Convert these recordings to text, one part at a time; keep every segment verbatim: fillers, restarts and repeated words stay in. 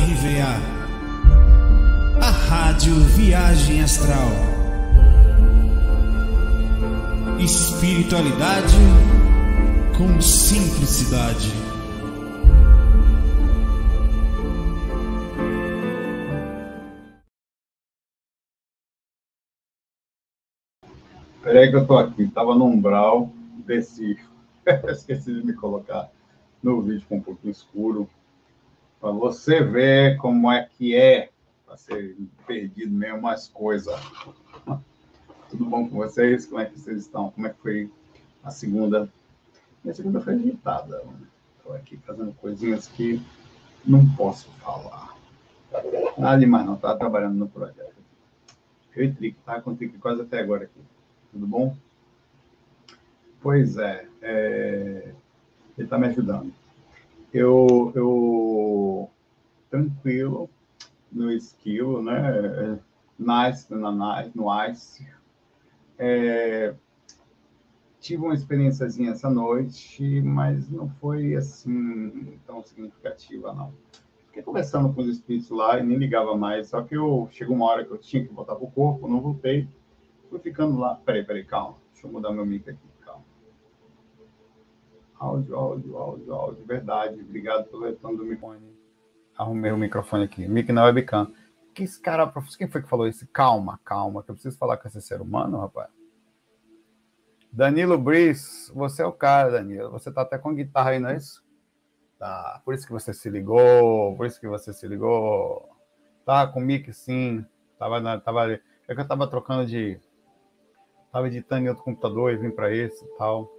R V A, a Rádio Viagem Astral. Espiritualidade com simplicidade. Peraí que eu tô aqui, tava no umbral, desci, esqueci de me colocar no vídeo com um pouquinho escuro, para você ver como é que é, para ser perdido mesmo as coisas. Tudo bom com vocês? Como é que vocês estão? Como é que foi a segunda? Minha segunda foi agitada. Estou aqui fazendo coisinhas que não posso falar. Nada demais não, estava trabalhando no projeto. Eu e Trick, tá? Com Trick quase até agora aqui. Tudo bom? Pois é, é... ele está me ajudando. Eu, eu, tranquilo, no esquilo, né? Nice, na nice, no ice. É... Tive uma experiênciazinha essa noite, mas não foi assim tão significativa, não. Fiquei conversando com os espíritos lá e nem ligava mais, só que eu chegou uma hora que eu tinha que voltar pro corpo, não voltei. Fui ficando lá. Peraí, peraí, calma. Deixa eu mudar meu mic aqui, calma. Áudio, áudio, áudio, áudio. Verdade. Obrigado pelo retorno do microfone. Arrumei o microfone aqui. Mic na webcam. Que esse cara, quem foi que falou isso? Calma, calma, que eu preciso falar com esse ser humano, rapaz. Danilo Briz, você é o cara, Danilo. Você tá até com guitarra aí, não é isso? Tá. Por isso que você se ligou. Por isso que você se ligou. Tá com mic, sim. Tava, tava, é que eu tava trocando de... Estava editando em outro computador e vim para esse e tal.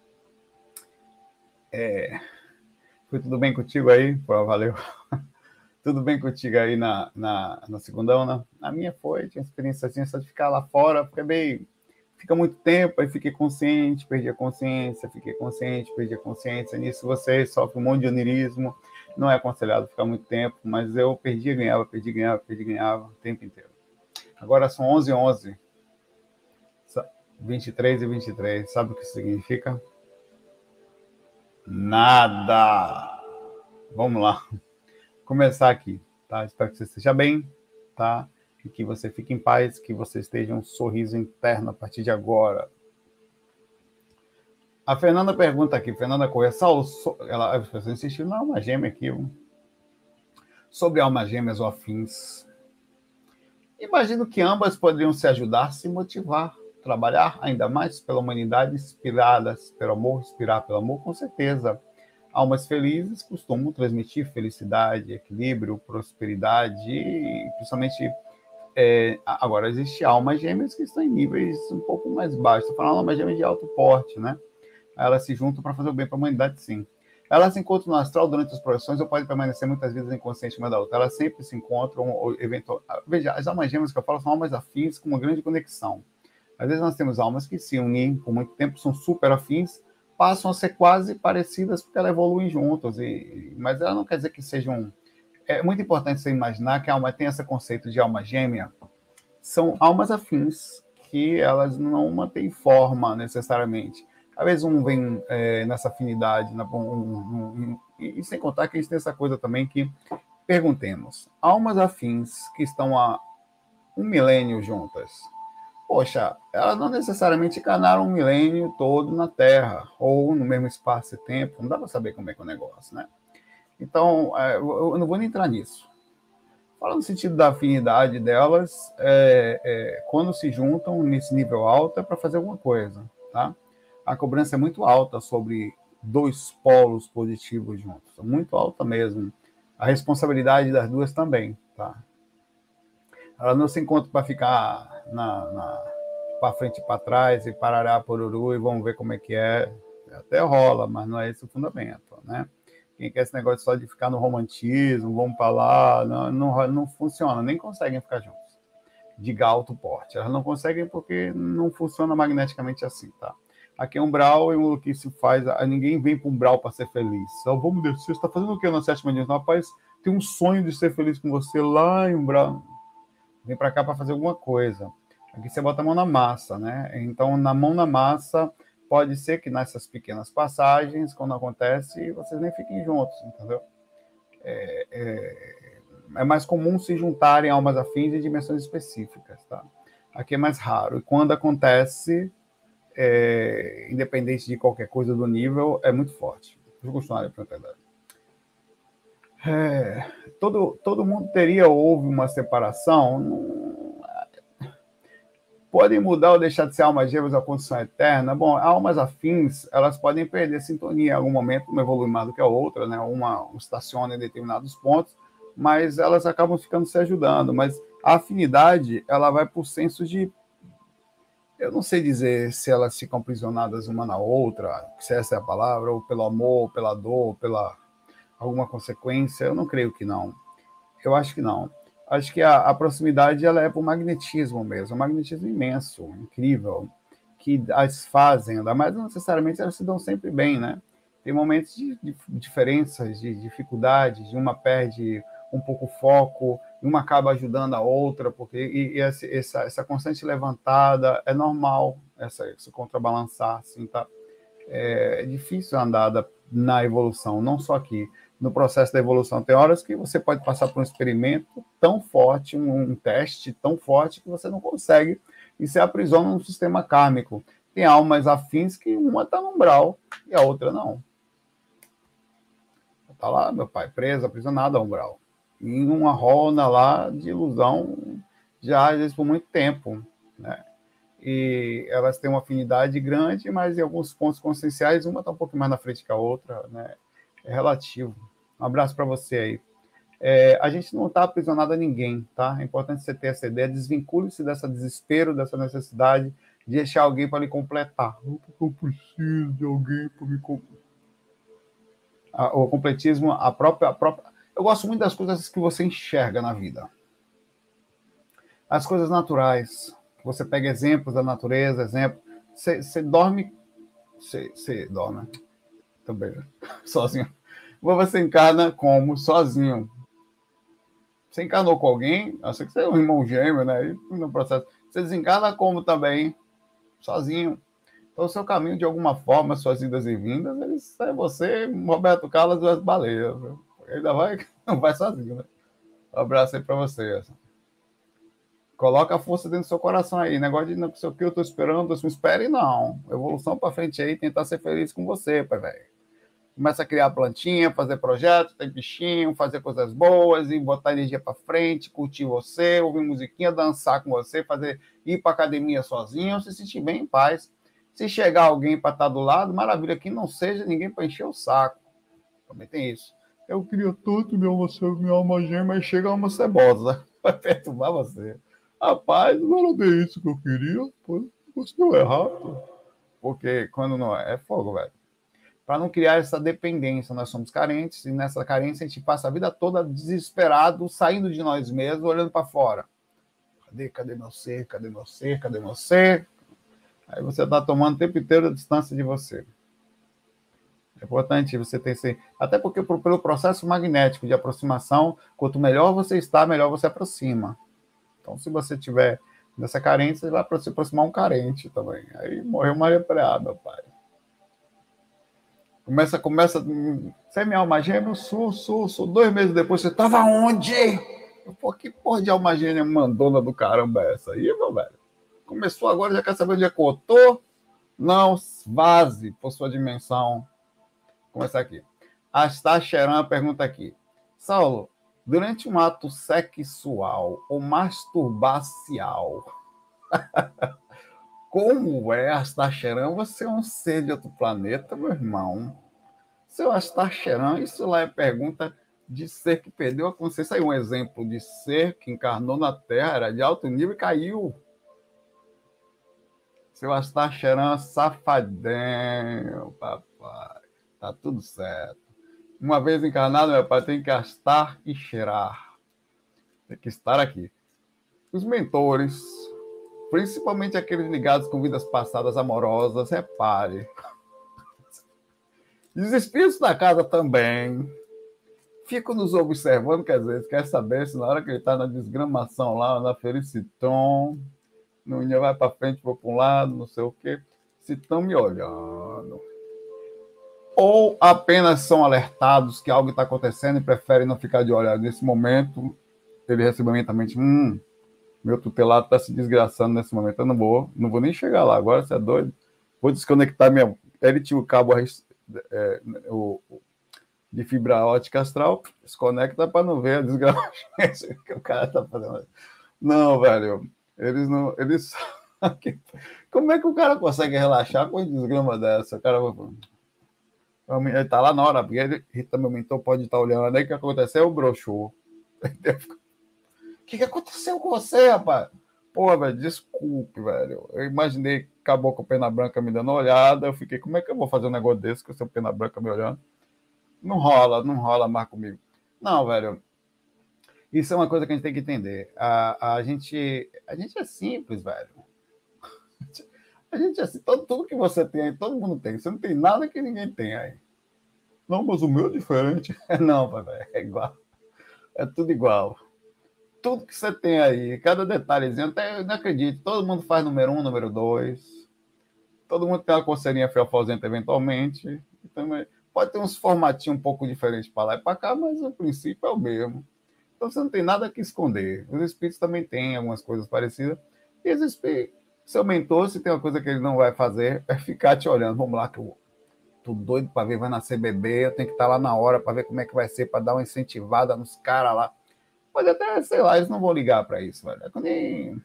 É... Foi tudo bem contigo aí? Pô, valeu. Tudo bem contigo aí na, na, na segundão, né? A minha foi, tinha uma experiência só de ficar lá fora, porque bem, fica muito tempo, aí fiquei consciente, perdi a consciência, fiquei consciente, perdi a consciência. Nisso você sofre um monte de onirismo, não é aconselhado ficar muito tempo, mas eu perdi, ganhava, perdi, ganhava, perdi, ganhava o tempo inteiro. Agora são onze e onze. vinte e três e vinte e três, sabe o que isso significa? Nada! Vamos lá. Começar aqui, tá? Espero que você esteja bem, tá? E que você fique em paz, que você esteja um sorriso interno a partir de agora. A Fernanda pergunta aqui, Fernanda Corrêa, Saulo, ela insistiu na alma gêmea aqui, sobre almas gêmeas ou afins. Imagino que ambas poderiam se ajudar, se motivar, trabalhar ainda mais pela humanidade, inspiradas pelo amor, inspirar pelo amor, com certeza. Almas felizes costumam transmitir felicidade, equilíbrio, prosperidade e, principalmente, é, agora, existem almas gêmeas que estão em níveis um pouco mais baixos. Estou falando de almas gêmeas de alto porte, né? Elas se juntam para fazer o bem para a humanidade, sim. Elas se encontram no astral durante as projeções ou podem permanecer muitas vezes inconscientes uma da outra. Elas sempre se encontram, ou, eventual... Veja, as almas gêmeas que eu falo são almas afins com uma grande conexão. Às vezes nós temos almas que se unem por muito tempo, são super afins, passam a ser quase parecidas porque elas evoluem juntas. E, mas ela não quer dizer que sejam... É muito importante você imaginar que a alma tem esse conceito de alma gêmea. São almas afins que elas não mantêm forma necessariamente. Às vezes um vem é, nessa afinidade, na, um, um, um, e, e sem contar que a gente tem essa coisa também que, perguntemos, almas afins que estão há um milênio juntas, poxa, elas não necessariamente encarnaram um milênio todo na Terra, ou no mesmo espaço e tempo, não dá para saber como é que é o negócio, né? Então, eu não vou nem entrar nisso. Falando no sentido da afinidade delas, é, é, quando se juntam nesse nível alto, é para fazer alguma coisa, tá? A cobrança é muito alta sobre dois polos positivos juntos, muito alta mesmo. A responsabilidade das duas também, tá? Elas não se encontram para ficar na, na, para frente e para trás e parará poruru e vamos ver como é que é. Até rola, mas não é esse o fundamento, né? Quem quer esse negócio só de ficar no romantismo, vamos para lá, não, não, não funciona, nem conseguem ficar juntos. De alto porte. Elas não conseguem porque não funciona magneticamente assim, tá? Aqui é um umbral e o que se faz... Ninguém vem para um umbral para ser feliz. Só vamos descer. Você está fazendo o que na sétima dimensão? Rapaz, tem um sonho de ser feliz com você lá em umbral. Vem para cá para fazer alguma coisa. Aqui você bota a mão na massa, né? Então, na mão na massa, pode ser que nessas pequenas passagens, quando acontece, vocês nem fiquem juntos, entendeu? É, é, é mais comum se juntarem almas afins em dimensões específicas, tá? Aqui é mais raro. E quando acontece, é, independente de qualquer coisa do nível, é muito forte. Eu costumo perguntar. É, todo, todo mundo teria, houve uma separação, não, podem mudar ou deixar de ser almas gêmeas a condição eterna? Bom, almas afins, elas podem perder sintonia em algum momento, uma evolui mais do que a outra, né? Uma estaciona em determinados pontos, mas elas acabam ficando se ajudando. Mas a afinidade, ela vai por senso de... Eu não sei dizer se elas ficam aprisionadas uma na outra, se essa é a palavra, ou pelo amor, pela dor, pela alguma consequência. Eu não creio que não. Eu acho que não. Acho que a, a proximidade ela é por magnetismo mesmo, um magnetismo imenso, incrível, que as fazem, mas não necessariamente elas se dão sempre bem, né? Tem momentos de, de diferenças, de dificuldades, de uma perde um pouco o foco, e uma acaba ajudando a outra, porque e, e essa, essa, essa constante levantada é normal, essa, esse contrabalançar, assim, tá? É, é difícil andar da, na evolução, não só aqui. No processo da evolução, tem horas que você pode passar por um experimento tão forte, um, um teste tão forte, que você não consegue e se aprisiona num sistema kármico. Tem almas afins que uma está no umbral e a outra não. Está lá, meu pai, preso, aprisionado ao umbral. Em uma roda lá de ilusão, já às vezes por muito tempo, né? E elas têm uma afinidade grande, mas em alguns pontos conscienciais, uma está um pouco mais na frente que a outra, né? É relativo. Um abraço para você aí. É, a gente não está aprisionado a ninguém, tá? É importante você ter essa ideia. Desvincule-se dessa desespero, dessa necessidade de deixar alguém para lhe completar. Eu preciso de alguém para me completar. O completismo, a própria, a própria... Eu gosto muito das coisas que você enxerga na vida. As coisas naturais. Você pega exemplos da natureza, exemplo. Você, você dorme... Você, você dorme também, sozinho. Você encarna como? Sozinho. Você encarnou com alguém, eu sei que você é um irmão gêmeo, né? No processo. Você desencarna como também? Sozinho. Então, o seu caminho, de alguma forma, suas idas e vindas, eles, é você, Roberto Carlos e as baleias. Ainda vai, não vai sozinho, né? Um abraço aí para você. Coloca a força dentro do seu coração aí. Negócio de não sei o que eu tô esperando, não espere, não. Evolução para frente aí, tentar ser feliz com você, pai, velho. Começa a criar plantinha, fazer projetos, ter bichinho, fazer coisas boas e botar energia para frente, curtir você, ouvir musiquinha, dançar com você, fazer ir para academia sozinho, se sentir bem em paz. Se chegar alguém para estar do lado, maravilha, que não seja ninguém para encher o saco. Também tem isso. Eu queria tanto minha alma, minha alma gêmea, mas chega uma cebosa. Vai perturbar você. Rapaz, não era bem isso que eu queria. Pô, você deu errado. Porque quando não é, é fogo, velho. Para não criar essa dependência, nós somos carentes, e nessa carência a gente passa a vida toda desesperado, saindo de nós mesmos, olhando para fora. Cadê, cadê meu ser? Cadê meu ser? Cadê meu ser? Aí você está tomando o tempo inteiro a distância de você. É importante você ter esse... Até porque pelo processo magnético de aproximação, quanto melhor você está, melhor você aproxima. Então, se você tiver nessa carência, você vai se aproximar um carente também. Aí morreu Maria Preá, meu pai. Começa, começa... Você é minha alma gêmea? Eu sou, sou, sou. Dois meses depois, você estava onde? Pô, que porra de alma gêmea mandona do caramba é essa aí, meu velho? Começou agora, já quer saber onde é que eu tô? Não, vaze por sua dimensão. Vou começar aqui. Astar Cheran pergunta aqui. Saulo, durante um ato sexual ou masturbacial, como é, Astar Cheran? Você é um ser de outro planeta, meu irmão. Seu Astar Cheran, isso lá é pergunta de ser que perdeu a consciência. Aí um exemplo de ser que encarnou na Terra, era de alto nível e caiu. Seu Astar Cheran, safadinho, papai. Tá tudo certo. Uma vez encarnado, meu pai, tem que astar e cheirar. Tem que estar aqui. Os mentores, principalmente aqueles ligados com vidas passadas amorosas, repare. E os espíritos da casa também ficam nos observando, quer dizer, quer saber se na hora que ele está na desgramação lá, na Feliciton, no Inha vai para frente, vou para um lado, não sei o quê, se estão me olhando. Ou apenas são alertados que algo está acontecendo e preferem não ficar de olho nesse momento ele recebeu mentalmente, hum, meu tutelado está se desgraçando nesse momento, eu não vou, não vou nem chegar lá, agora você é doido, vou desconectar minha... Ele tinha o cabo é, o, de fibra ótica astral, desconecta para não ver a desgraça que o cara está fazendo. Não, velho, eles não... Eles... Como é que o cara consegue relaxar com uma desgrama dessa? O cara ele tá lá na hora, porque ele, Rita, meu mentor, pode estar olhando, aí o que aconteceu? Broxou. O que, que aconteceu com você, rapaz? Pô, velho, desculpe, velho. Eu imaginei que acabou com o Pena Branca me dando uma olhada, eu fiquei, como é que eu vou fazer um negócio desse com o seu Pena Branca me olhando? Não rola, não rola mais comigo. Não, velho, isso é uma coisa que a gente tem que entender. A, a, gente, a gente é simples, velho. A gente é assim, todo, tudo que você tem aí, todo mundo tem. Você não tem nada que ninguém tem aí. Não, mas o meu é diferente. Não, velho, é igual. É tudo igual. Tudo que você tem aí, cada detalhezinho, até eu não acredito. Todo mundo faz número um, número dois. Todo mundo tem uma coceirinha fiofosenta eventualmente. Então, pode ter uns formatinhos um pouco diferentes para lá e para cá, mas o princípio é o mesmo. Então você não tem nada que esconder. Os espíritos também têm algumas coisas parecidas. E os espíritos, seu mentor, se tem uma coisa que ele não vai fazer, é ficar te olhando. Vamos lá, que eu tô doido para ver, vai nascer bebê, eu tenho que estar lá na hora para ver como é que vai ser, para dar uma incentivada nos caras lá. Pode até, sei lá, eles não vão ligar para isso, velho. É que nem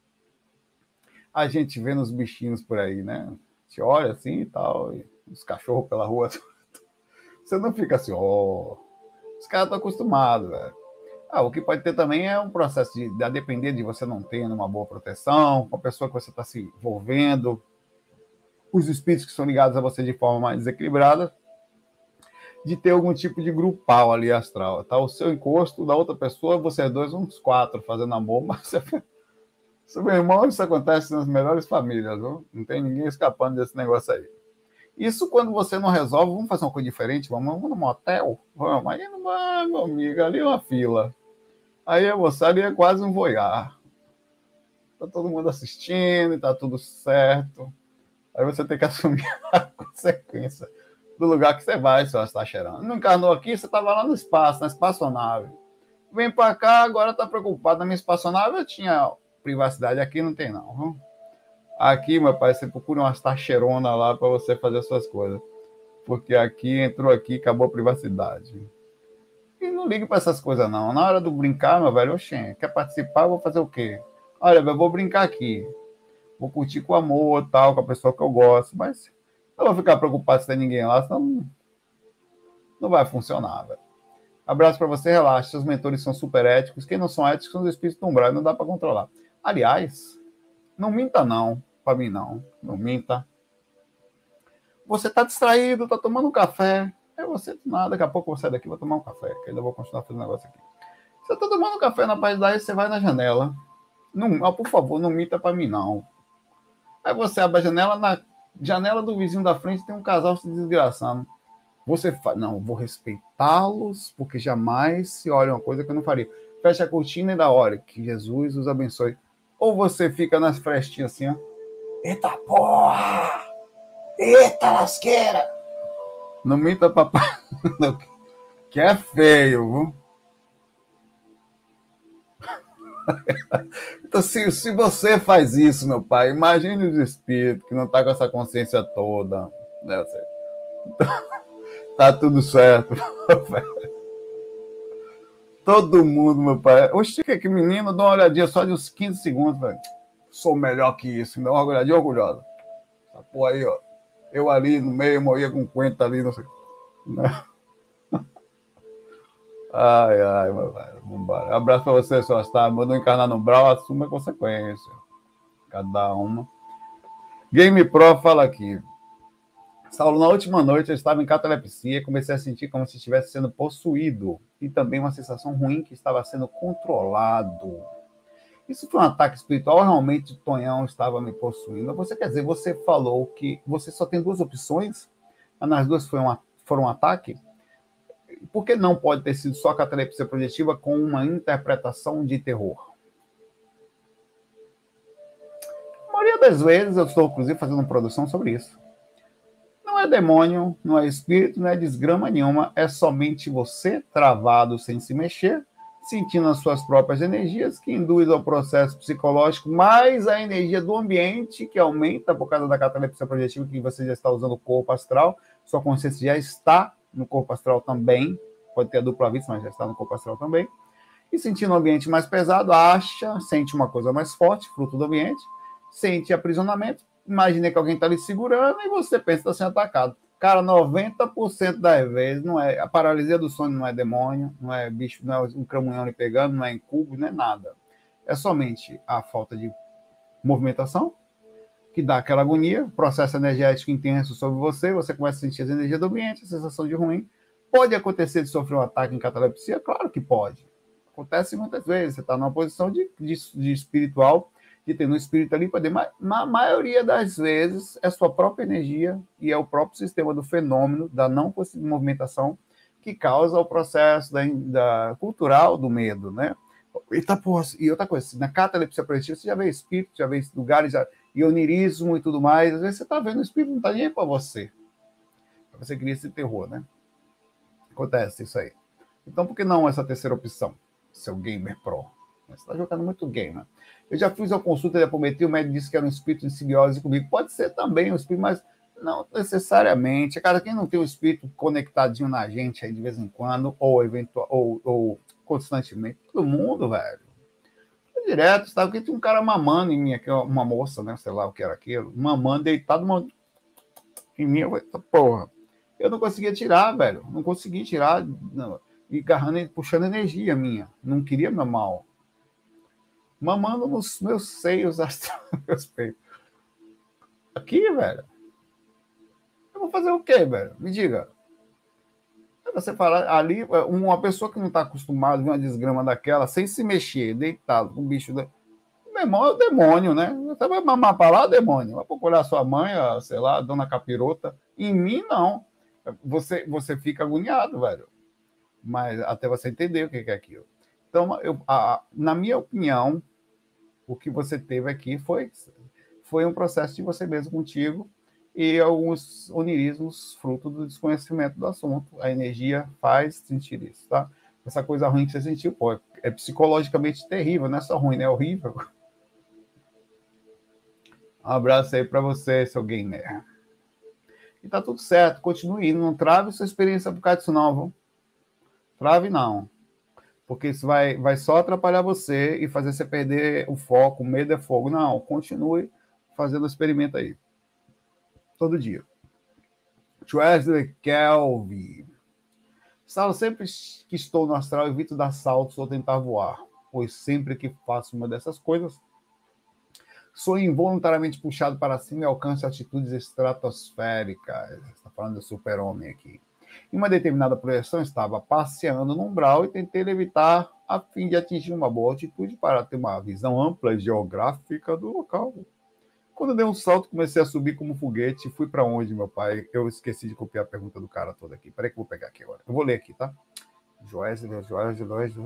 a gente vê nos bichinhos por aí, né? A gente olha assim e tal, e os cachorros pela rua. Você não fica assim, ó. Oh. Os caras estão acostumados, velho. Ah, o que pode ter também é um processo de, de a depender de você não ter uma boa proteção, com a pessoa que você está se envolvendo, os espíritos que são ligados a você de forma mais desequilibrada, de ter algum tipo de grupal ali astral. Tá? O seu encosto da outra pessoa, você é dois, uns quatro fazendo amor, mas você... Meu irmão, isso acontece nas melhores famílias, viu? Não tem ninguém escapando desse negócio aí. Isso quando você não resolve, vamos fazer uma coisa diferente, vamos, vamos no motel? Vamos, aí não vai, meu amigo, ali é uma fila. Aí você ali é quase um voyeur. Tá todo mundo assistindo, tá tudo certo. Aí você tem que assumir a consequência do lugar que você vai, se você está cheirando. Não encarnou aqui, você estava lá no espaço, na espaçonave. Vem para cá, agora está preocupado. Na minha espaçonave eu tinha privacidade, aqui não tem não. Viu? Aqui, meu pai, você procura umas taxeronas lá para você fazer as suas coisas. Porque aqui, entrou aqui, acabou a privacidade. E não ligue para essas coisas, não. Na hora do brincar, meu velho, oxê, quer participar, eu vou fazer o quê? Olha, eu vou brincar aqui. Vou curtir com amor, tal, com a pessoa que eu gosto, mas eu vou ficar preocupado se tem ninguém lá, senão não vai funcionar, velho. Abraço para você, relaxa. Seus mentores são super éticos. Quem não são éticos são os espíritos do umbral, não dá para controlar. Aliás, não minta, não. Para mim, não. Não minta. Você tá distraído, tá tomando um café. É você, nada. Daqui a pouco eu vou sair daqui e vou tomar um café, que ainda vou continuar fazendo um negócio aqui. Você tá tomando um café na paisagem, você vai na janela. Não, por favor, não minta para mim, não. Aí você abre a janela, na janela do vizinho da frente tem um casal se desgraçando. Você fala, não, vou respeitá-los, porque jamais se olha uma coisa que eu não faria. Fecha a cortina e dá hora, que Jesus os abençoe. Ou você fica nas frestinhas assim, ó. Eita porra! Eita lasqueira! Não minta papai, que é feio, viu? Então, se, se você faz isso, meu pai, imagine os espíritos que não tá com essa consciência toda. Né? Tá tudo certo. Todo mundo, meu pai. Oxe, que menino, dá uma olhadinha só de uns quinze segundos, velho. Sou melhor que isso, me dá uma olhadinha orgulhosa. Essa porra aí, ó. Eu ali no meio, morria com quenta ali, não sei. Ai, ai, meu velho. Vambora. Abraço pra você, seu Astar. Mandou encarnar no Brau, assuma a consequência. Cada uma. Game Pro fala aqui. Saulo, na última noite eu estava em catalepsia e comecei a sentir como se estivesse sendo possuído e também uma sensação ruim que estava sendo controlado. Isso foi um ataque espiritual ou realmente o Tonhão estava me possuindo? Você quer dizer, você falou que você só tem duas opções, mas nas duas foi um, foram um ataque? Por que não pode ter sido só catalepsia projetiva com uma interpretação de terror? A maioria das vezes eu estou, inclusive, fazendo produção sobre isso. Não é demônio, não é espírito, não é desgrama nenhuma, é somente você travado sem se mexer, sentindo as suas próprias energias, que induz ao processo psicológico, mais a energia do ambiente, que aumenta por causa da catalepsia projetiva, que você já está usando o corpo astral, sua consciência já está no corpo astral também, pode ter a dupla vista, mas já está no corpo astral também, e sentindo o ambiente mais pesado, acha, sente uma coisa mais forte, fruto do ambiente, sente aprisionamento, imagine que alguém está ali segurando e você pensa que está sendo atacado. Cara, noventa por cento das vezes não é, a paralisia do sono não é demônio, não é bicho, não é um cramunhão lhe pegando, não é incubo, não é nada. É somente a falta de movimentação, que dá aquela agonia, processo energético intenso sobre você, você começa a sentir as energias do ambiente, a sensação de ruim. Pode acontecer de sofrer um ataque em catalepsia? Claro que pode. Acontece muitas vezes, você está numa posição de, de, de espiritual, de ter um espírito ali, poder, mas na maioria das vezes é sua própria energia e é o próprio sistema do fenômeno da não movimentação que causa o processo da, da cultural do medo, né? E, tá, porra, e outra coisa, na catalepsia projetiva você já vê espírito, já vê lugares, já, e onirismo e tudo mais, às vezes você está vendo o espírito, não está nem aí para você. Você cria esse terror, né? Acontece isso aí. Então, por que não essa terceira opção? Seu gamer pro. Você está jogando muito game, né? Eu já fiz uma consulta de apometria, o médico disse que era um espírito de simbiose comigo. Pode ser também um espírito, mas não necessariamente. Cara, quem não tem um espírito conectadinho na gente aí de vez em quando, ou, eventual, ou, ou constantemente, todo mundo, velho. É direto, sabe? Porque tinha um cara mamando em mim, aqui, uma moça, né? Sei lá o que era aquilo, mamando, deitado uma... em mim. Eu falei, porra, eu não conseguia tirar, velho. Não conseguia tirar, não. E agarrando, puxando energia minha. Não queria meu mal. Mamando nos meus seios, meus peitos. Aqui, velho. Eu vou fazer o quê, velho? Me diga. Você falar ali, uma pessoa que não está acostumada a ver uma desgrama daquela, sem se mexer, deitado, com o bicho. Da... Meu irmão é o demônio, né? Você vai mamar para lá, demônio. Vai procurar sua mãe, sei lá, a dona Capirota. Em mim, não. Você, você fica agoniado, velho. Mas até você entender o que é aquilo. Então, eu, a, na minha opinião, o que você teve aqui foi, foi um processo de você mesmo contigo e alguns onirismos fruto do desconhecimento do assunto. A energia faz sentir isso, tá? Essa coisa ruim que você sentiu, pô, é psicologicamente terrível, não é só ruim, né? É horrível. Um abraço aí para você, seu gamer. E tá tudo certo, continue indo, não trave sua experiência por causa disso não, viu? Trave não. Porque isso vai, vai só atrapalhar você e fazer você perder o foco, o medo é fogo. Não, continue fazendo o experimento aí. Todo dia. Wesley Kelvin. Saulo, sempre que estou no astral, evito dar saltos ou tentar voar, pois sempre que faço uma dessas coisas, sou involuntariamente puxado para cima e alcanço altitudes estratosféricas. Está falando do super-homem aqui. Em uma determinada projeção, estava passeando no umbral e tentei levitar a fim de atingir uma boa altitude para ter uma visão ampla e geográfica do local. Quando dei um salto, comecei a subir como foguete. Fui para onde, meu pai? Eu esqueci de copiar a pergunta do cara toda aqui. Peraí que eu vou pegar aqui agora. Eu vou ler aqui, tá? Joésia, Joésia, Joésia...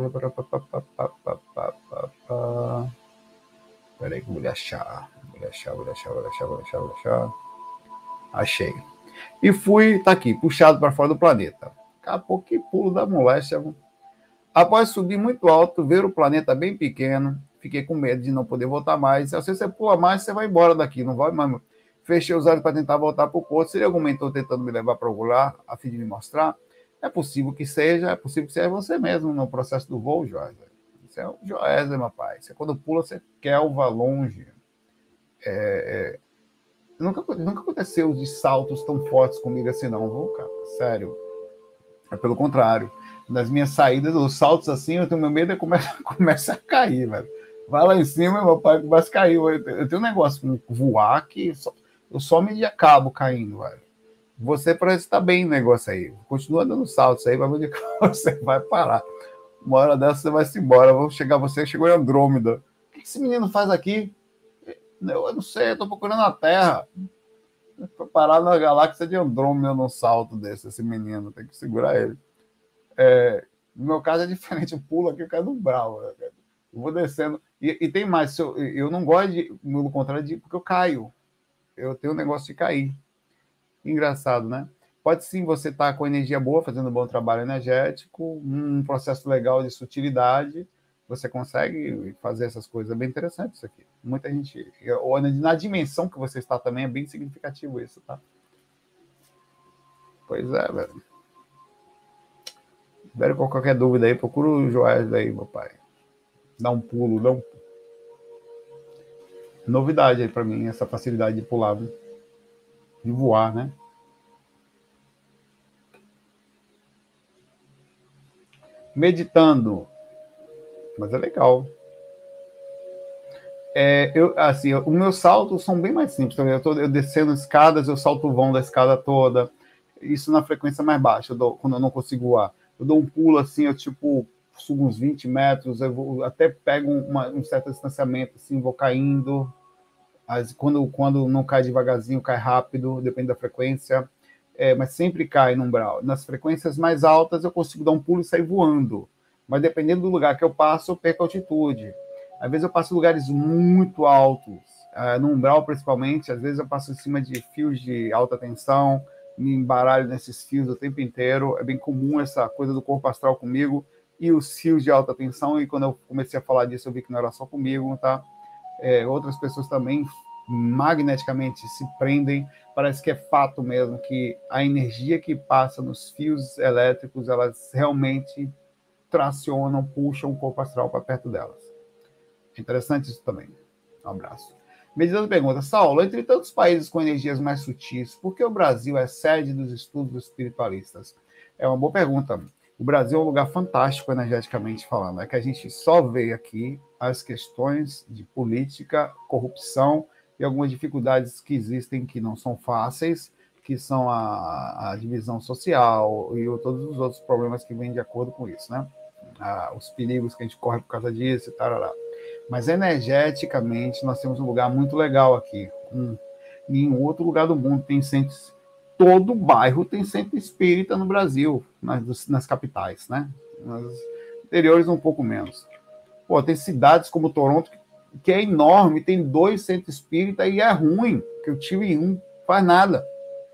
Peraí que eu vou achar. Vou achar, vou achar, vou achar, vou achar, vou achar. Achei. E fui, tá aqui, puxado para fora do planeta. Acabou que pulo da moléstia. Após subir muito alto, ver o planeta bem pequeno, fiquei com medo de não poder voltar mais. Se você pula mais, você vai embora daqui, não vai mais. Fechei os olhos para tentar voltar para o corpo. Seria algum mentor tentando me levar para algum lugar, a fim de me mostrar? É possível que seja, é possível que seja você mesmo no processo do voo, Joésia. Isso é o Joésia, meu pai. Você, quando pula, você quelva longe. É... é... Nunca, nunca aconteceu de saltos tão fortes comigo assim, não, viu, cara? Sério. É pelo contrário. Nas minhas saídas, os saltos assim, eu tenho meu medo é começa, começa a cair, velho. Vai lá em cima e meu pai começa a cair. Eu, eu tenho um negócio com voar que só, eu só me acabo caindo, velho. Você parece estar bem no negócio aí. Continua dando saltos aí, vai ver onde você vai parar. Uma hora dessa você vai se embora. Vou chegar, você chegou em Andrômeda. O que esse menino faz aqui? Eu não sei, eu tô procurando a Terra. Foi parar na galáxia de Andrômeda num salto desse, esse menino. Tem que segurar ele. É, no meu caso é diferente. Eu pulo aqui, eu caio no brau. Eu vou descendo. E, e tem mais. Eu, eu não gosto de, no contrário, de, porque eu caio. Eu tenho um negócio de cair. Engraçado, né? Pode sim você estar com energia boa, fazendo um bom trabalho energético, um processo legal de sutilidade, você consegue fazer essas coisas. É bem interessante isso aqui. Muita gente... Na dimensão que você está também é bem significativo isso, tá? Pois é, velho. Espero com qualquer dúvida aí, procura o Joás aí, meu pai. Dá um pulo, dá um... Novidade aí para mim, essa facilidade de pular, né? De voar, né? Meditando. Mas é legal. É, eu, assim, os meus saltos são bem mais simples. Eu, tô, eu descendo escadas, eu salto o vão da escada toda. Isso na frequência mais baixa, eu dou, quando eu não consigo voar. Eu dou um pulo assim, eu tipo subo uns vinte metros, eu vou, até pego uma, um certo distanciamento, assim, vou caindo. As, quando, quando não cai devagarzinho, cai rápido, depende da frequência. É, mas sempre cai no umbral. Nas frequências mais altas, eu consigo dar um pulo e sair voando. Mas dependendo do lugar que eu passo, eu perco altitude. Às vezes eu passo em lugares muito altos, uh, no umbral principalmente. Às vezes eu passo em cima de fios de alta tensão, me embaralho nesses fios o tempo inteiro. É bem comum essa coisa do corpo astral comigo e os fios de alta tensão. E quando eu comecei a falar disso, eu vi que não era só comigo, tá? É, outras pessoas também magneticamente se prendem. Parece que é fato mesmo que a energia que passa nos fios elétricos, elas realmente tracionam, puxam o corpo astral para perto delas. É interessante isso também. Um abraço. Meditando pergunta, Saulo, entre tantos países com energias mais sutis, por que o Brasil é sede dos estudos espiritualistas? É uma boa pergunta. O Brasil é um lugar fantástico energeticamente falando. É que a gente só vê aqui as questões de política, corrupção e algumas dificuldades que existem que não são fáceis, que são a, a divisão social e o, todos os outros problemas que vêm de acordo com isso, né? Ah, os perigos que a gente corre por causa disso e tal. Mas energeticamente nós temos um lugar muito legal aqui. Um, e em outro lugar do mundo tem centros. Todo bairro tem centro espírita no Brasil, nas, nas capitais, né? Nos interiores um pouco menos. Pô, tem cidades como Toronto, que é enorme, tem dois centros espíritas e é ruim, que eu tive um, faz nada.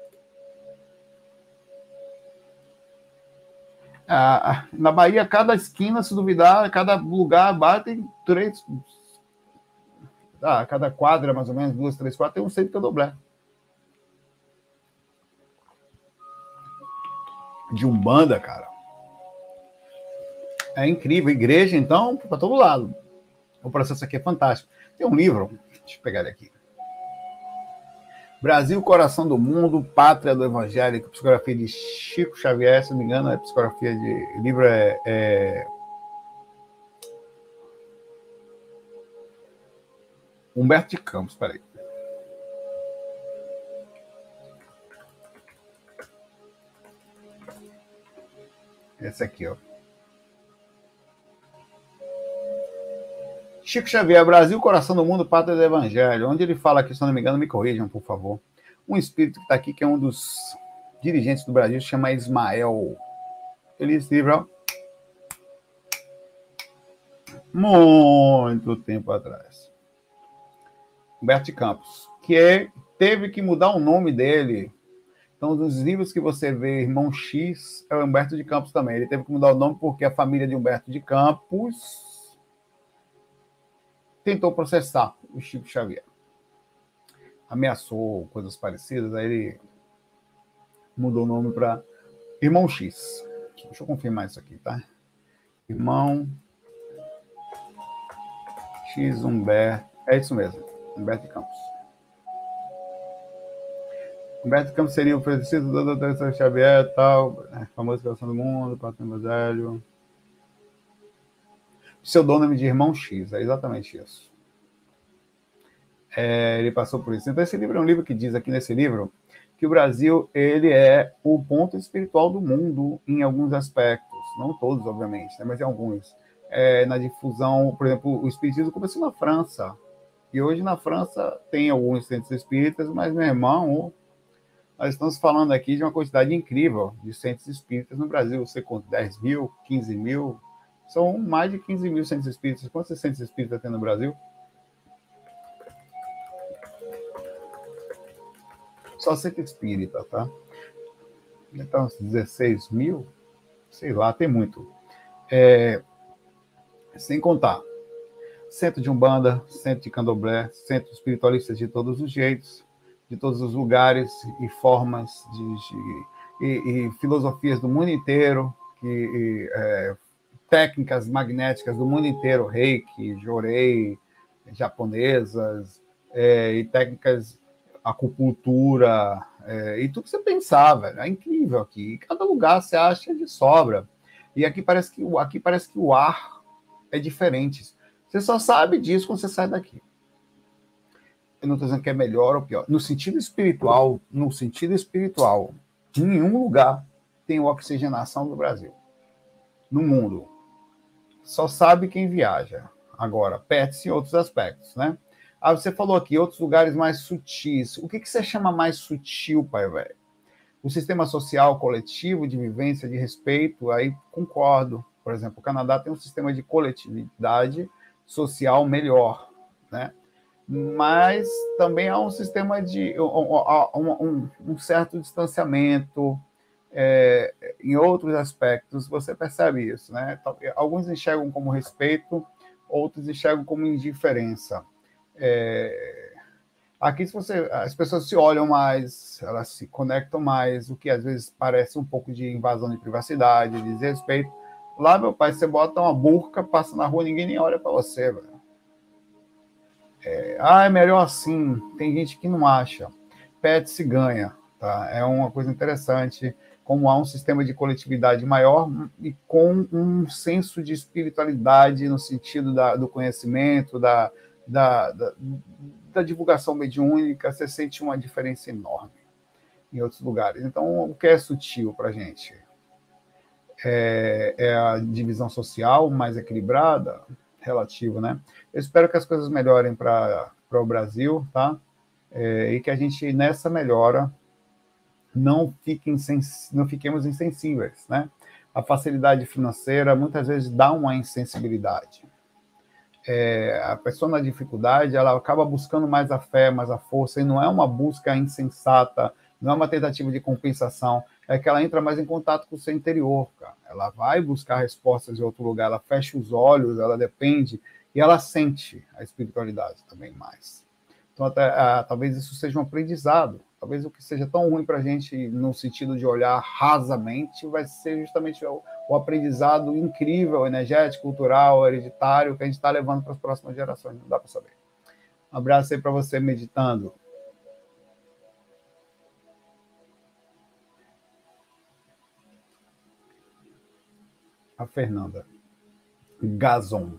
Ah, na Bahia, cada esquina, se duvidar, cada lugar, bar, tem três... Ah, cada quadra, mais ou menos, duas, três, quatro, tem um centro candomblé. De Umbanda, cara. É incrível. Igreja, então, para todo lado. O processo aqui é fantástico. Tem um livro, deixa eu pegar ele aqui. Brasil, Coração do Mundo, Pátria do Evangelho, psicografia de Chico Xavier, se não me engano, é psicografia de... O livro é... é... Humberto de Campos, peraí. Esse aqui, ó. Chico Xavier, Brasil, Coração do Mundo, Pátria do Evangelho. Onde ele fala aqui, se não me engano, me corrijam, por favor. Um espírito que está aqui, que é um dos dirigentes do Brasil, se chama Ismael. Ele escreveu muito tempo atrás. Humberto de Campos, que é, teve que mudar o nome dele. Então, dos livros que você vê, Irmão X, é o Humberto de Campos também. Ele teve que mudar o nome porque a família de Humberto de Campos tentou processar o Chico Xavier. Ameaçou, coisas parecidas, aí ele mudou o nome para Irmão X. Deixa eu confirmar isso aqui, tá? Irmão X Humberto. É isso mesmo, Humberto de Campos. Humberto de Campos seria o falecido do doutor Xavier e tal, famoso Coração do Mundo, Pátria do Evangelho. Pseudônimo de Irmão X, é exatamente isso. É, ele passou por isso. Então, esse livro é um livro que diz aqui nesse livro que o Brasil ele é o ponto espiritual do mundo em alguns aspectos. Não todos, obviamente, né, mas em alguns. É, na difusão, por exemplo, o espiritismo começou na França. E hoje na França tem alguns centros espíritas, mas, meu irmão, nós estamos falando aqui de uma quantidade incrível de centros espíritas no Brasil. Você conta dez mil, quinze mil... São mais de quinze mil centros espíritas. Quantos centros espíritas tem no Brasil? Só centro espírita, tá? Então, dezesseis mil, sei lá, tem muito. É, sem contar centro de Umbanda, centro de Candomblé, centro espiritualistas de todos os jeitos, de todos os lugares e formas, de, de e, e filosofias do mundo inteiro, que, e, é, técnicas magnéticas do mundo inteiro, reiki, jorei, japonesas, é, e técnicas acupuntura, é, e tudo que você pensar, velho, é incrível aqui. Em cada lugar você acha de sobra. E aqui parece que, aqui parece que o ar é diferente. Você só sabe disso quando você sai daqui. Eu não estou dizendo que é melhor ou pior. No sentido espiritual, no sentido espiritual, em nenhum lugar tem oxigenação no Brasil. No mundo. Só sabe quem viaja. Agora, perde-se em outros aspectos, né? Ah, você falou aqui, outros lugares mais sutis. O que, que você chama mais sutil, pai velho? O sistema social coletivo de vivência, de respeito, aí concordo. Por exemplo, o Canadá tem um sistema de coletividade social melhor, né? Mas também há um sistema de um, um, um certo distanciamento, é, em outros aspectos, você percebe isso, né? Alguns enxergam como respeito, outros enxergam como indiferença. É, aqui, se você, as pessoas se olham mais, elas se conectam mais, o que às vezes parece um pouco de invasão de privacidade, de desrespeito. Lá, meu pai, você bota uma burca, passa na rua, ninguém nem olha para você, velho. É, ah, é melhor assim. Tem gente que não acha. Pet se ganha, tá? É uma coisa interessante, como há um sistema de coletividade maior e com um senso de espiritualidade no sentido da, do conhecimento, da, da, da, da divulgação mediúnica, você sente uma diferença enorme em outros lugares. Então, o que é sutil para a gente? É, é a divisão social mais equilibrada, relativo, né? Eu espero que as coisas melhorem para o Brasil, tá? É, e que a gente, nessa melhora, não, fique insens... não fiquemos insensíveis, né? A facilidade financeira muitas vezes dá uma insensibilidade. É, a pessoa na dificuldade, ela acaba buscando mais a fé, mais a força, e não é uma busca insensata, não é uma tentativa de compensação, é que ela entra mais em contato com o seu interior, cara. Ela vai buscar respostas em outro lugar, ela fecha os olhos, ela depende, e ela sente a espiritualidade também mais. Então, até, ah, talvez isso seja um aprendizado, talvez o que seja tão ruim para a gente, no sentido de olhar rasamente, vai ser justamente o, o aprendizado incrível, energético, cultural, hereditário, que a gente está levando para as próximas gerações, não dá para saber. Um abraço aí para você meditando. A Fernanda Gazon.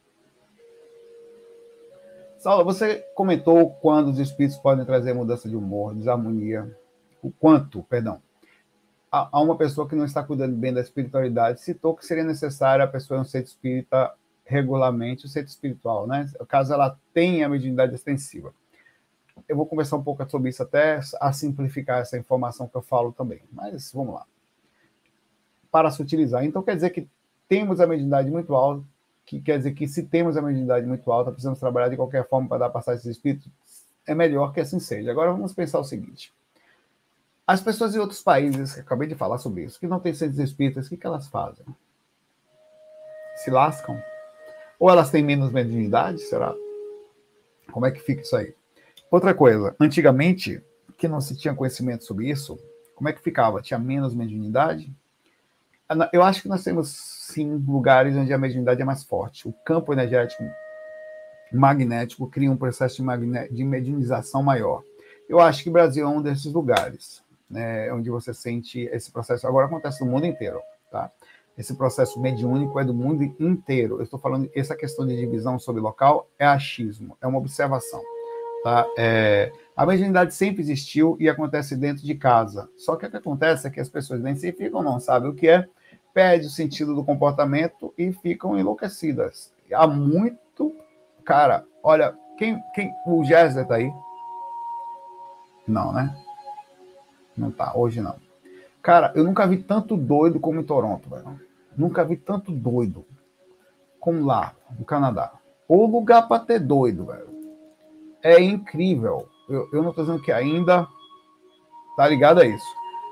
Saulo, você comentou quando os espíritos podem trazer mudança de humor, desarmonia, o quanto, perdão, a, a uma pessoa que não está cuidando bem da espiritualidade, citou que seria necessário a pessoa não ser espírita regularmente, o centro espiritual, né? Caso ela tenha a mediunidade extensiva. Eu vou conversar um pouco sobre isso até a simplificar essa informação que eu falo também, mas vamos lá. Para se utilizar. Então, quer dizer que temos a mediunidade muito alta, que quer dizer que se temos a mediunidade muito alta, precisamos trabalhar de qualquer forma para dar passagem a esses espíritos, é melhor que assim seja. Agora, vamos pensar o seguinte. As pessoas em outros países, que acabei de falar sobre isso, que não têm centros espíritas, o que, que elas fazem? Se lascam? Ou elas têm menos mediunidade, será? Como é que fica isso aí? Outra coisa, antigamente, que não se tinha conhecimento sobre isso, como é que ficava? Tinha menos mediunidade? Eu acho que nós temos, sim, lugares onde a mediunidade é mais forte. O campo energético magnético cria um processo de, magne... de mediunização maior. Eu acho que o Brasil é um desses lugares, né, onde você sente esse processo. Agora acontece no mundo inteiro, tá? Esse processo mediúnico é do mundo inteiro. Eu estou falando, essa questão de divisão sobre local é achismo, é uma observação, tá? É... A mediunidade sempre existiu e acontece dentro de casa. Só que o que acontece é que as pessoas identificam, não sabem o que é, perdem o sentido do comportamento e ficam enlouquecidas. Há muito... Cara, olha, quem, quem... o Gessler tá aí? Não, né? Não tá, hoje não. Cara, eu nunca vi tanto doido como em Toronto, velho. Nunca vi tanto doido como lá, no Canadá. O lugar para ter doido, velho. É incrível. Eu, eu não estou dizendo que ainda tá ligado a isso.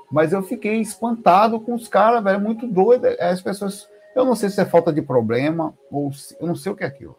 Mas eu fiquei espantado com os caras, velho, muito doido. As pessoas, eu não sei se é falta de problema, ou se, eu não sei o que é aquilo.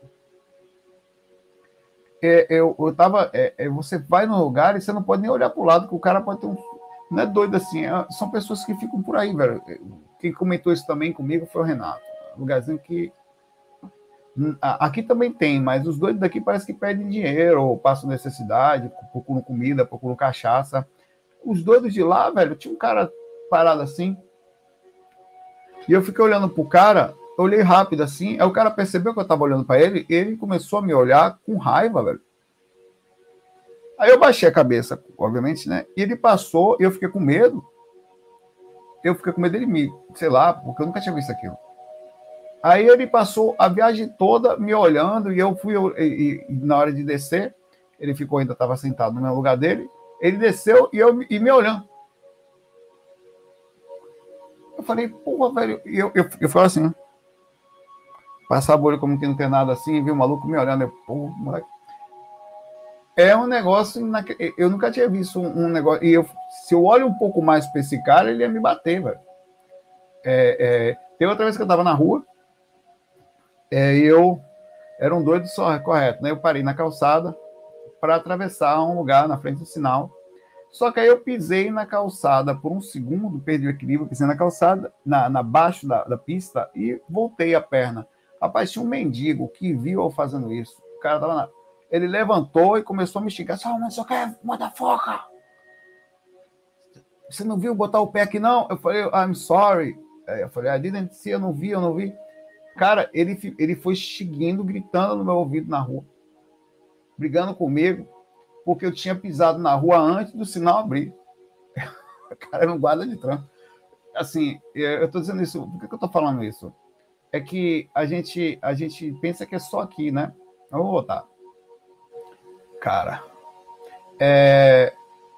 É, eu, eu tava, é, é, você vai no lugar e você não pode nem olhar para o lado, que o cara pode ter um. Não é doido assim, é, são pessoas que ficam por aí, velho. Quem comentou isso também comigo foi o Renato. Um lugarzinho que. Aqui também tem, mas os doidos daqui parece que pedem dinheiro, ou passam necessidade, procuram comida, procuram cachaça. Os doidos de lá, velho, tinha um cara parado assim, e eu fiquei olhando pro cara, eu olhei rápido assim, aí o cara percebeu que eu tava olhando para ele, e ele começou a me olhar com raiva, velho. Aí eu baixei a cabeça, obviamente, né? E ele passou, e eu fiquei com medo. Eu fiquei com medo dele me, sei lá, porque eu nunca tinha visto aquilo. Aí ele passou a viagem toda me olhando, e eu fui, eu, e, e, na hora de descer, ele ficou, ainda estava sentado no meu lugar dele, ele desceu e, eu, e me olhando. Eu falei, porra, velho, e eu, eu, eu falei assim, passava o olho como que não tem nada assim, e vi o maluco me olhando, eu, porra, moleque. É um negócio, eu nunca tinha visto um, um negócio, e eu, se eu olho um pouco mais para esse cara, ele ia me bater, velho. É, é, tem outra vez que eu estava na rua, é, eu era um doido só, correto, né? Eu parei na calçada para atravessar um lugar na frente do sinal. Só que aí eu pisei na calçada por um segundo, perdi o equilíbrio, pisei na calçada, na, na baixo da, da pista e voltei a perna. Rapaz, tinha um mendigo que viu eu fazendo isso. O cara tava na... Ele levantou e começou a me xingar. Só, mas só quer motherfucker. Você não viu botar o pé aqui, não? Eu falei, I'm sorry. Eu falei, I didn't see, eu não vi, eu não vi. Cara, ele, ele foi xingando, gritando no meu ouvido na rua, brigando comigo, porque eu tinha pisado na rua antes do sinal abrir. O cara era um guarda de trânsito. Assim, eu estou dizendo isso, por que eu estou falando isso? É que a gente, a gente pensa que é só aqui, né? Eu vou voltar. Cara, é...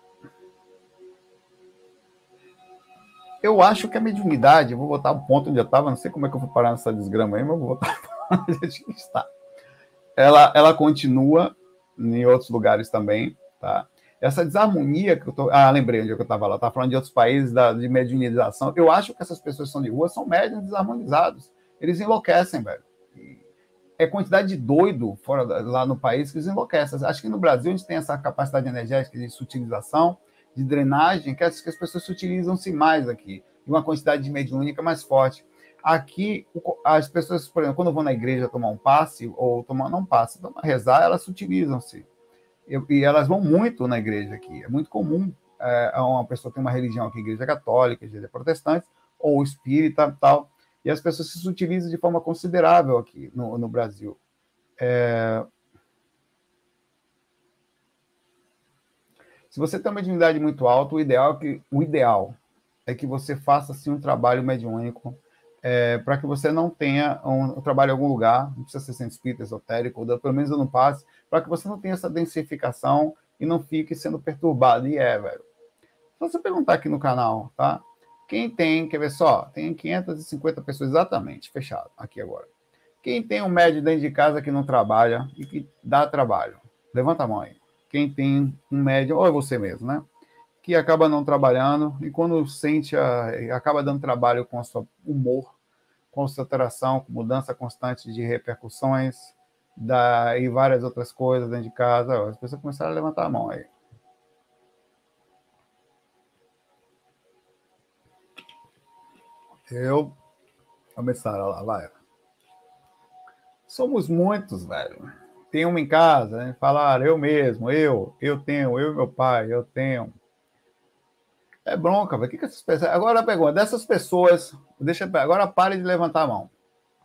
eu acho que a mediunidade, eu vou botar o ponto onde eu estava, não sei como é que eu vou parar nessa desgrama aí, mas eu vou botar onde a gente está. Ela, ela continua em outros lugares também, tá? Essa desarmonia que eu tô... Ah, lembrei onde eu estava lá, estava falando de outros países, da, de mediunização. Eu acho que essas pessoas que são de rua são médiuns desarmonizados. Eles enlouquecem, velho. É quantidade de doido fora lá no país que eles enlouquecem. Acho que no Brasil a gente tem essa capacidade energética de sutilização, de drenagem, que as, que as pessoas se utilizam-se mais aqui, e uma quantidade de mediúnica mais forte. Aqui, as pessoas, por exemplo, quando vão na igreja tomar um passe, ou tomar, não passe, tomar, rezar, elas se utilizam-se. E elas vão muito na igreja aqui. É muito comum é, uma pessoa ter uma religião aqui, igreja católica, igreja protestante, ou espírita tal, e as pessoas se utilizam de forma considerável aqui no, no Brasil. É... Se você tem uma mediunidade muito alta, o ideal é que, o ideal é que você faça assim, um trabalho mediúnico, é, para que você não tenha um, um trabalho em algum lugar, não precisa ser centro espírita, esotérico, ou pelo menos eu não passe, para que você não tenha essa densificação e não fique sendo perturbado. E é, velho. Se você perguntar aqui no canal, tá? Quem tem, quer ver só? Tem quinhentas e cinquenta pessoas exatamente, fechado, aqui agora. Quem tem um médium dentro de casa que não trabalha e que dá trabalho? Levanta a mão aí. Quem tem um médium, ou é você mesmo, né? Que acaba não trabalhando e quando sente, a, acaba dando trabalho com o seu humor, concentração, com mudança constante de repercussões, da, e várias outras coisas dentro de casa. As pessoas começaram a levantar a mão aí. Eu começaram lá, vai. Somos muitos, velho. Tem uma em casa, né? Falaram, eu mesmo, eu, eu tenho, eu e meu pai, eu tenho. É bronca, velho. O que, que essas pessoas. Agora a pergunta, dessas pessoas, deixa agora pare de levantar a mão.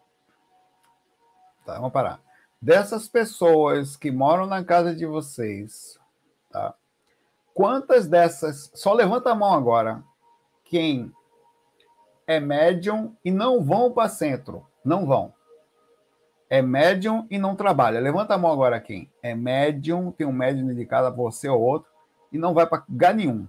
Tá, vamos parar. Dessas pessoas que moram na casa de vocês, tá? Quantas dessas. Só levanta a mão agora. Quem é médium e não vão para centro. Não vão. É médium e não trabalha. Levanta a mão agora quem é médium, tem um médium dedicado a você ou outro, e não vai para lugar nenhum.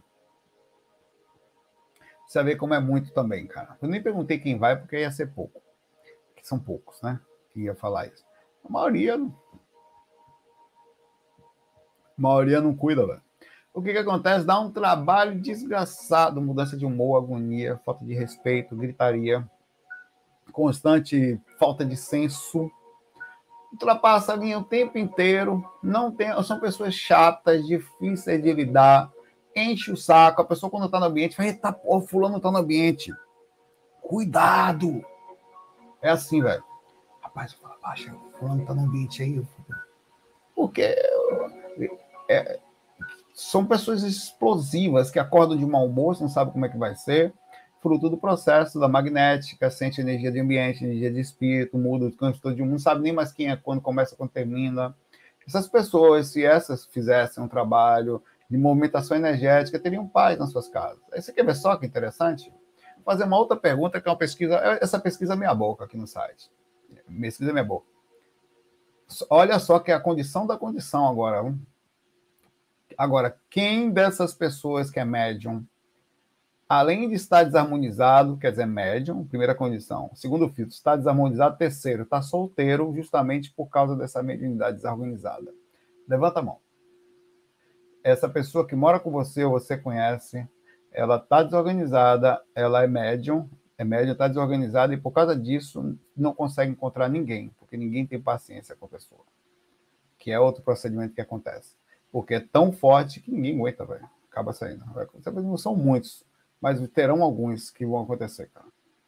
Você vai ver como é muito também, cara. Eu nem perguntei quem vai, porque ia ser pouco. Que são poucos, né? Que ia falar isso. A maioria... A maioria não cuida, velho. O que, que acontece? Dá um trabalho desgraçado, mudança de humor, agonia, falta de respeito, gritaria, constante falta de senso, ultrapassa a linha o tempo inteiro, não tem, são pessoas chatas, difíceis de lidar, enche o saco, a pessoa quando está no ambiente, fala, eita, pô, fulano está no ambiente, cuidado! É assim, velho. Rapaz, eu falo, baixa, fulano está no ambiente aí, porque é, são pessoas explosivas que acordam de mau humor, não sabem como é que vai ser, fruto do processo da magnética, sente energia de ambiente, energia de espírito, muda o canto todo de um, não sabe nem mais quem é, quando começa, quando termina. Essas pessoas, se essas fizessem um trabalho de movimentação energética, teriam paz nas suas casas. Aí você quer ver só que interessante? Vou fazer uma outra pergunta, que é uma pesquisa, essa pesquisa é minha boca aqui no site. Pesquisa é minha boca. Olha só que é a condição da condição agora. Hein? Agora, quem dessas pessoas que é médium, além de estar desarmonizado, quer dizer, médium, primeira condição. Segundo filtro, está desarmonizado. Terceiro, está solteiro justamente por causa dessa mediunidade desorganizada. Levanta a mão. Essa pessoa que mora com você ou você conhece, ela está desorganizada, ela é médium, é médium, está desorganizada e por causa disso não consegue encontrar ninguém, porque ninguém tem paciência com a pessoa. Que é outro procedimento que acontece. Porque é tão forte que ninguém aguenta, velho. Acaba saindo. Não são muitos, mas terão alguns que vão acontecer, cara.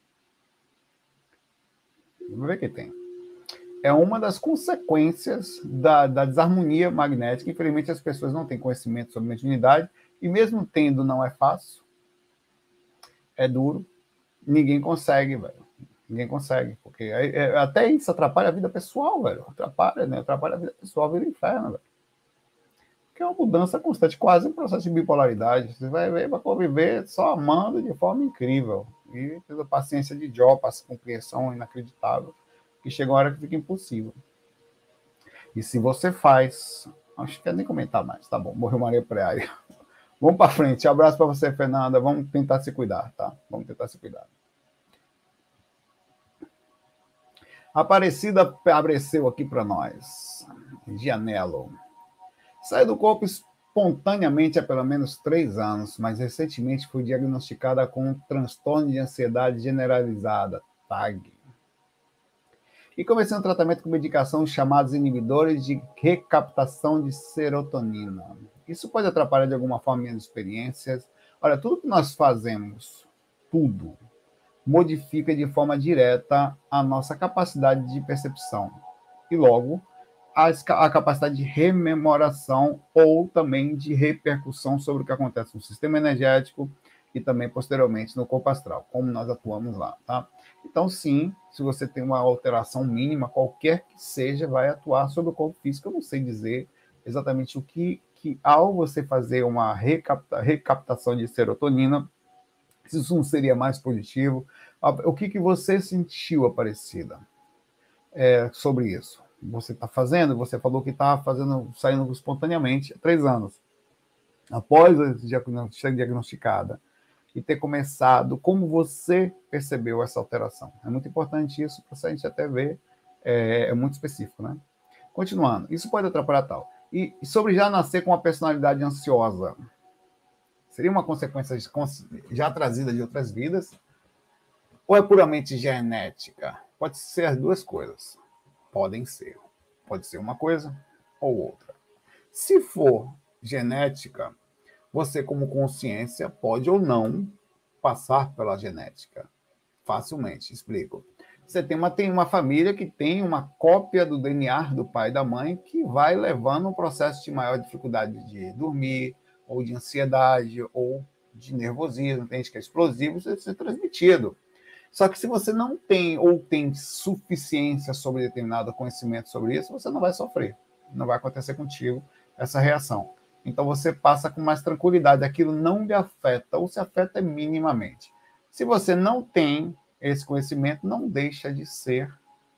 Vamos ver que tem. É uma das consequências da, da desarmonia magnética. Infelizmente, as pessoas não têm conhecimento sobre mediunidade, e mesmo tendo, não é fácil. É duro. Ninguém consegue, velho. Ninguém consegue. Porque é, é, até isso atrapalha a vida pessoal, velho. Atrapalha, né? Atrapalha a vida pessoal, vira inferno, velho. Que é uma mudança constante, quase um processo de bipolaridade. Você vai ver, vai conviver só amando de forma incrível. E pela paciência de Jó, passa compreensão inacreditável, que chega uma hora que fica impossível. E se você faz... Acho que quer nem comentar mais. Tá bom, morreu Maria Praia. Vamos para frente. Abraço para você, Fernanda. Vamos tentar se cuidar, tá? Vamos tentar se cuidar. Aparecida apareceu aqui para nós. Gianello. Saí do corpo espontaneamente há pelo menos três anos, mas recentemente fui diagnosticada com um transtorno de ansiedade generalizada, T A G. E comecei um tratamento com medicação chamados inibidores de recaptação de serotonina. Isso pode atrapalhar de alguma forma minhas experiências. Olha, tudo que nós fazemos, tudo, modifica de forma direta a nossa capacidade de percepção. E logo, a capacidade de rememoração ou também de repercussão sobre o que acontece no sistema energético e também, posteriormente, no corpo astral, como nós atuamos lá, tá? Então, sim, se você tem uma alteração mínima, qualquer que seja, vai atuar sobre o corpo físico. Eu não sei dizer exatamente o que, que ao você fazer uma recapta, recaptação de serotonina, se isso não seria mais positivo. O que, que você sentiu, Aparecida, é, sobre isso? Você está fazendo, você falou que está fazendo, saindo espontaneamente há três anos. Após ser diagnosticada e ter começado, como você percebeu essa alteração? É muito importante isso, para a gente até ver, é, é muito específico, né? Continuando, isso pode atrapalhar tal. E, e sobre já nascer com uma personalidade ansiosa, seria uma consequência já trazida de outras vidas? Ou é puramente genética? Pode ser as duas coisas. Podem ser. Pode ser uma coisa ou outra. Se for genética, você, como consciência, pode ou não passar pela genética. Facilmente, explico. Você tem uma, tem uma família que tem uma cópia do D N A do pai e da mãe que vai levando um processo de maior dificuldade de dormir, ou de ansiedade, ou de nervosismo, tem gente que é explosivo, isso vai ser transmitido. Só que se você não tem ou tem suficiência sobre determinado conhecimento sobre isso, você não vai sofrer. Não vai acontecer contigo essa reação. Então você passa com mais tranquilidade. Aquilo não lhe afeta, ou se afeta minimamente. Se você não tem esse conhecimento, não deixa de ser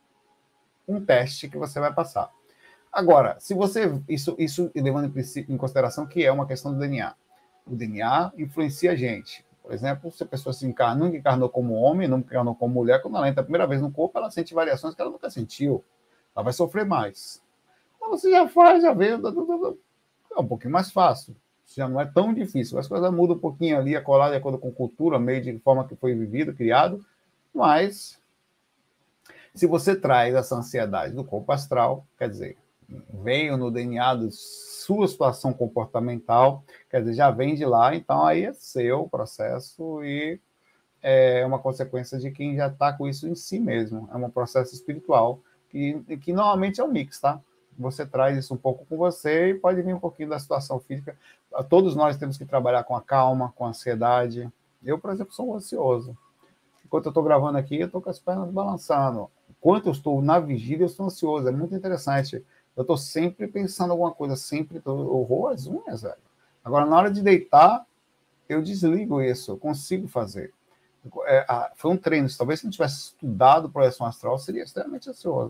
um teste que você vai passar. Agora, se você... Isso, isso levando em consideração que é uma questão do D N A. O D N A influencia a gente. Por exemplo, se a pessoa se encarna, nunca encarnou como homem, nunca encarnou como mulher, quando ela entra a primeira vez no corpo, ela sente variações que ela nunca sentiu. Ela vai sofrer mais. Quando você já faz, já vê, é um pouquinho mais fácil. já não é tão difícil. As coisas mudam um pouquinho ali, a colar de acordo com cultura, meio de forma que foi vivido, criado, mas se você traz essa ansiedade do corpo astral, quer dizer, veio no D N A da sua situação comportamental, quer dizer, já vem de lá, então aí é seu processo e é uma consequência de quem já está com isso em si mesmo. É um processo espiritual, que, que normalmente é um mix, tá? Você traz isso um pouco com você e pode vir um pouquinho da situação física. Todos nós temos que trabalhar com a calma, com a ansiedade. Eu, por exemplo, sou ansioso. Enquanto eu estou gravando aqui, eu estou com as pernas balançando. Enquanto eu estou na vigília, eu estou ansioso. É muito interessante. Eu estou sempre pensando em alguma coisa, sempre tô, eu roo as unhas, velho. Agora, na hora de deitar, eu desligo isso, eu consigo fazer. É, a, foi um treino. Talvez se não tivesse estudado projeção astral, seria extremamente ansioso.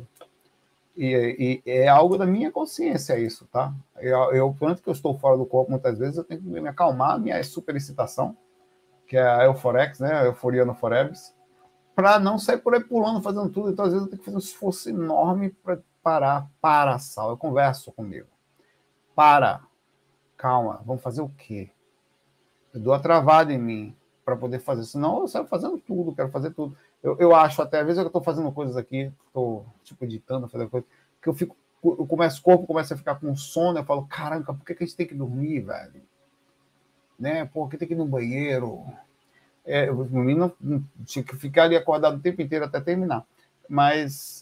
E, e é algo da minha consciência isso, tá? Eu, eu, tanto que eu estou fora do corpo, muitas vezes eu tenho que me acalmar, a minha superexcitação, que é a Euforex, né? A euforia no Forex, para não sair por aí pulando, fazendo tudo. Então, às vezes, eu tenho que fazer um esforço enorme para parar, para, Sal. Eu converso comigo. Para. Calma, vamos fazer o quê? Eu dou a travada em mim para poder fazer. Senão, eu saio fazendo tudo, quero fazer tudo. Eu, eu acho, até, às vezes, eu estou fazendo coisas aqui, estou, tipo, editando, fazendo coisas, que eu fico, eu começo, o corpo começa a ficar com sono, eu falo, caramba, por que, que a gente tem que dormir, velho? Né? Por que tem que ir no banheiro? É, o menino tinha que ficar ali acordado o tempo inteiro até terminar. Mas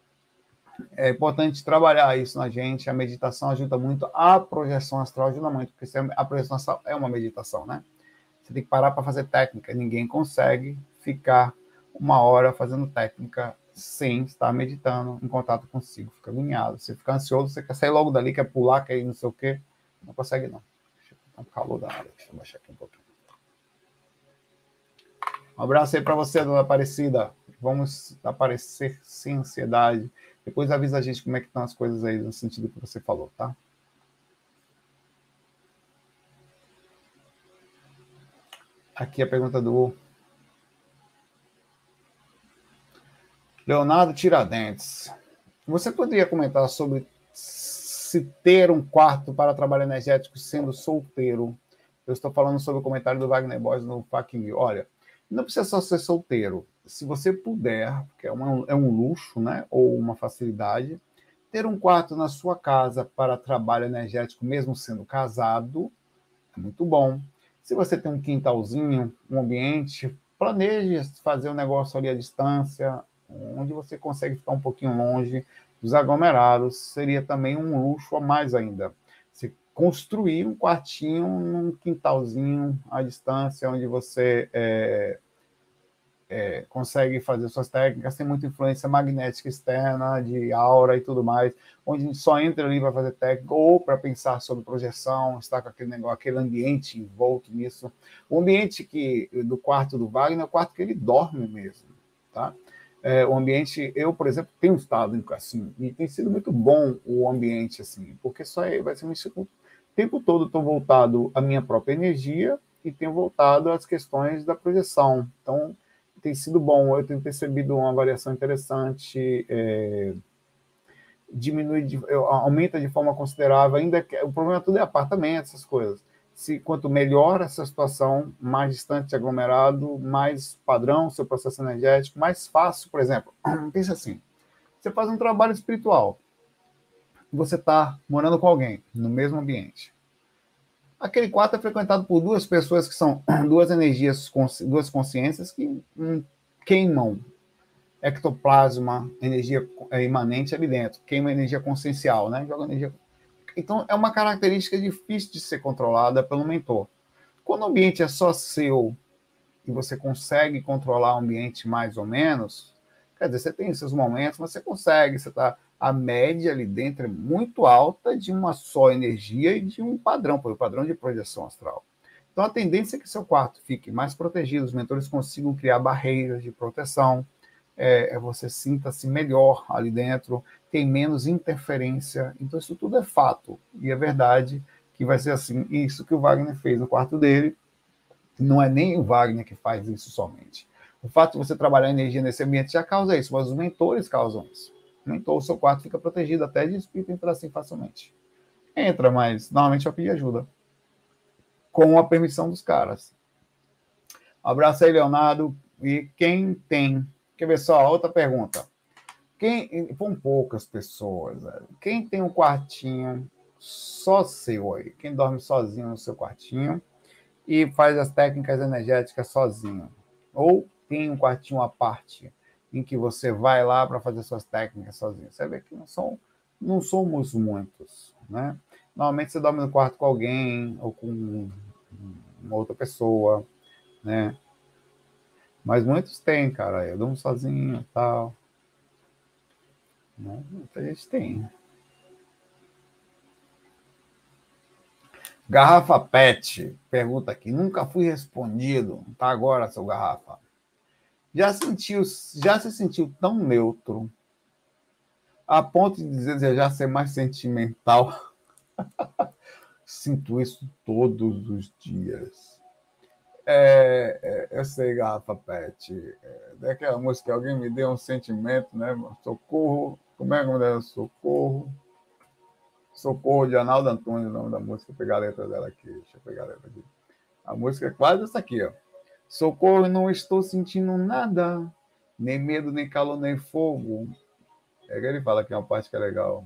é importante trabalhar isso na gente. A meditação ajuda muito. A projeção astral ajuda muito, porque a projeção astral é uma meditação, né? Você tem que parar para fazer técnica. Ninguém consegue ficar uma hora fazendo técnica sem estar meditando, em contato consigo. Fica agoniado. Você fica ansioso, você quer sair logo dali, quer pular, quer ir não sei o quê. Não consegue, não. Deixa eu botar um calor da área. Deixa eu baixar aqui um pouquinho. Um abraço aí para você, dona Aparecida. Vamos aparecer sem ansiedade. Depois avisa a gente como é que estão as coisas aí, no sentido que você falou, tá? Aqui a pergunta do Leonardo Tiradentes. Você poderia comentar sobre se ter um quarto para trabalho energético sendo solteiro? Eu estou falando sobre o comentário do Wagner Borges no F A Q. Olha, não precisa só ser solteiro. Se você puder, porque é, uma, é um luxo, né, ou uma facilidade, ter um quarto na sua casa para trabalho energético, mesmo sendo casado, é muito bom. Se você tem um quintalzinho, um ambiente, planeje fazer um negócio ali à distância, onde você consegue ficar um pouquinho longe dos aglomerados, seria também um luxo a mais ainda. Você construir um quartinho num quintalzinho à distância, onde você é, é, consegue fazer suas técnicas, tem muita influência magnética externa, de aura e tudo mais, onde a gente só entra ali para fazer técnica ou para pensar sobre projeção, estar com aquele negócio, aquele ambiente envolto nisso. O ambiente que, do quarto do Wagner é o quarto que ele dorme mesmo, tá? É, o ambiente, eu, por exemplo, tenho estado assim, e tem sido muito bom o ambiente, assim, porque só aí vai ser o tempo todo estou voltado à minha própria energia e tenho voltado às questões da projeção. Então, tem sido bom, eu tenho percebido uma variação interessante, é, diminui, de, aumenta de forma considerável, ainda que o problema tudo é apartamento, essas coisas. Se, quanto melhor essa situação, mais distante de aglomerado, mais padrão seu processo energético, mais fácil, por exemplo, pensa assim, você faz um trabalho espiritual, você está morando com alguém no mesmo ambiente. Aquele quarto é frequentado por duas pessoas que são duas energias, duas consciências que hum, queimam ectoplasma, energia imanente ali dentro, queima energia consciencial, né? Joga energia. Então, é uma característica difícil de ser controlada pelo mentor. Quando o ambiente é só seu e você consegue controlar o ambiente mais ou menos, quer dizer, você tem esses momentos, mas você consegue, você está... A média ali dentro é muito alta de uma só energia e de um padrão, por um padrão de projeção astral. Então, a tendência é que seu quarto fique mais protegido, os mentores consigam criar barreiras de proteção, é, você sinta-se melhor ali dentro, tem menos interferência. Então, isso tudo é fato. E é verdade que vai ser assim. Isso que o Wagner fez no quarto dele, não é nem o Wagner que faz isso somente. O fato de você trabalhar energia nesse ambiente já causa isso, mas os mentores causam isso. O mentor, o seu quarto fica protegido até de espírito entrar assim facilmente. Entra, mas normalmente vai pedir ajuda. com a permissão dos caras. Um abraço aí, Leonardo. E quem tem... Quer ver só, outra pergunta. Quem... São poucas pessoas. Velho. Quem tem um quartinho só seu aí? Quem dorme sozinho no seu quartinho e faz as técnicas energéticas sozinho? Ou tem um quartinho à parte em que você vai lá para fazer suas técnicas sozinho? Você vê que não, são, não somos muitos, né? Normalmente você dorme no quarto com alguém ou com uma outra pessoa, né? Mas muitos têm, cara. Eu durmo sozinho e tal. Né? Muita gente tem. Garrafa Pet pergunta aqui. Nunca fui respondido. Tá agora, seu Garrafa. Já, sentiu, já se sentiu tão neutro a ponto de desejar ser mais sentimental? Sinto isso todos os dias. É, é, eu sei, Garrafa Pet. É, daquela música, alguém me deu um sentimento, né? Socorro. Como é que é? Socorro. Socorro, de Arnaldo Antunes, o nome da música. Vou pegar a letra dela aqui. Deixa eu pegar a letra aqui. A música é quase essa aqui, ó. Socorro, não estou sentindo nada. Nem medo, nem calor, nem fogo. É que ele fala que é uma parte que é legal.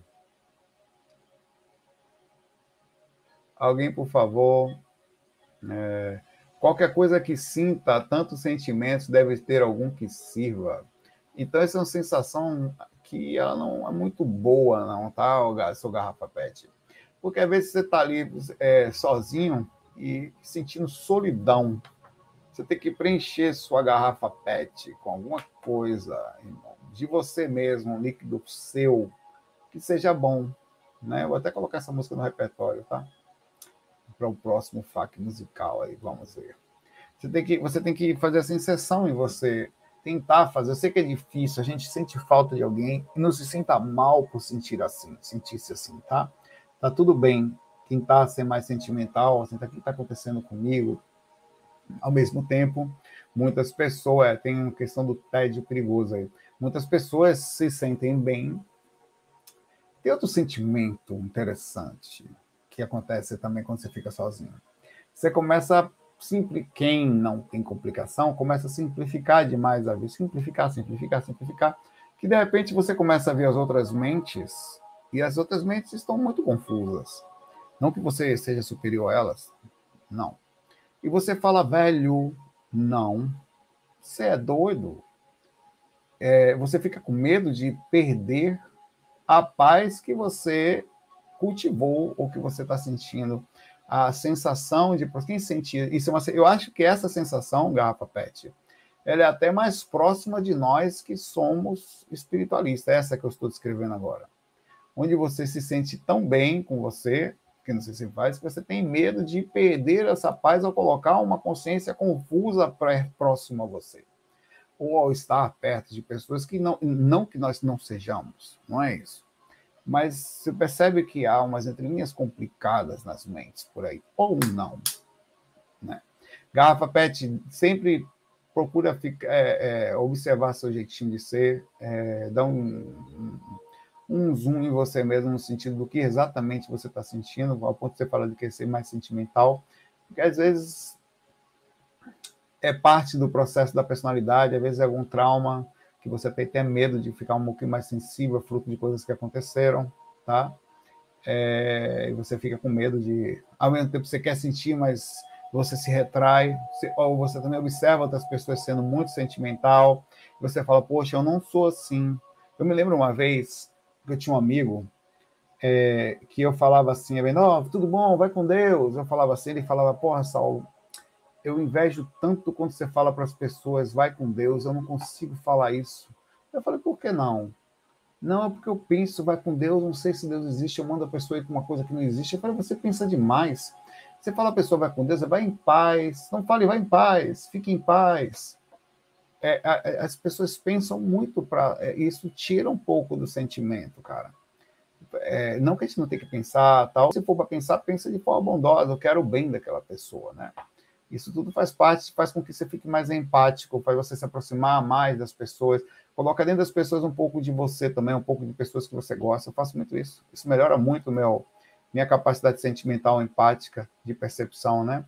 Alguém, por favor... É... Qualquer coisa que sinta tantos sentimentos deve ter algum que sirva. Então, essa é uma sensação que ela não é muito boa, não, tá, seu Garrafa Pet? Porque às vezes você está ali é, sozinho e sentindo solidão. Você tem que preencher sua Garrafa Pet com alguma coisa, irmão, de você mesmo, um líquido seu, que seja bom. Né? Eu vou até colocar essa música no repertório, tá? Para o próximo F A Q musical aí, vamos ver. Você tem que, você tem que fazer essa inserção em você, tentar fazer. Eu sei que é difícil, a gente sente falta de alguém e não se sinta mal por sentir assim, sentir-se assim, tá? Tá tudo bem tentar ser mais sentimental, tentar o que está acontecendo comigo. Ao mesmo tempo, muitas pessoas, é, tem uma questão do tédio perigoso aí, muitas pessoas se sentem bem. Tem outro sentimento interessante que acontece também quando você fica sozinho. Você começa a simplificar, quem não tem complicação, começa a simplificar demais a vida, simplificar, simplificar, simplificar, que de repente você começa a ver as outras mentes, e as outras mentes estão muito confusas. Não que você seja superior a elas, não. E você fala, velho, não, você é doido. É, você fica com medo de perder a paz que você cultivou ou que você está sentindo, a sensação de... Quem sentir isso é uma, eu acho que essa sensação, Garrafa Pet, ela é até mais próxima de nós que somos espiritualistas, essa que eu estou descrevendo agora. Onde você se sente tão bem com você, que não sei se faz, que você tem medo de perder essa paz ao colocar uma consciência confusa próxima a você. Ou ao estar perto de pessoas que não... Não que nós não sejamos, não é isso. Mas você percebe que há umas entrelinhas complicadas nas mentes por aí, ou não. Né? Garrafa Pet sempre procura ficar, é, é, observar seu jeitinho de ser, é, dá um, um zoom em você mesmo, no sentido do que exatamente você está sentindo, ao ponto de você falar de querer ser mais sentimental, porque às vezes é parte do processo da personalidade, às vezes é algum trauma, que você tem até medo de ficar um pouquinho mais sensível, fruto de coisas que aconteceram, tá? É, e você fica com medo de... Ao mesmo tempo você quer sentir, mas você se retrai, você, ou você também observa outras pessoas sendo muito sentimental, e você fala, poxa, eu não sou assim. Eu me lembro uma vez que eu tinha um amigo é, que eu falava assim, oh, tudo bom, vai com Deus. Eu falava assim, ele falava, porra, Saulo, eu invejo tanto quando você fala para as pessoas, vai com Deus, eu não consigo falar isso. Eu falei, por que não? Não, é porque eu penso, vai com Deus, não sei se Deus existe, eu mando a pessoa ir com uma coisa que não existe. Eu falei, você pensa demais. Você fala a pessoa vai com Deus, vai em paz. Não fale, vai em paz, fique em paz. É, a, as pessoas pensam muito para... É, isso tira um pouco do sentimento, cara. É, não que a gente não tem que pensar, tal. Se for para pensar, pensa de forma bondosa, eu quero o bem daquela pessoa, né? Isso tudo faz parte, faz com que você fique mais empático, faz você se aproximar mais das pessoas, coloca dentro das pessoas um pouco de você também, um pouco de pessoas que você gosta. Eu faço muito isso. Isso melhora muito meu, minha capacidade sentimental, empática, de percepção, né?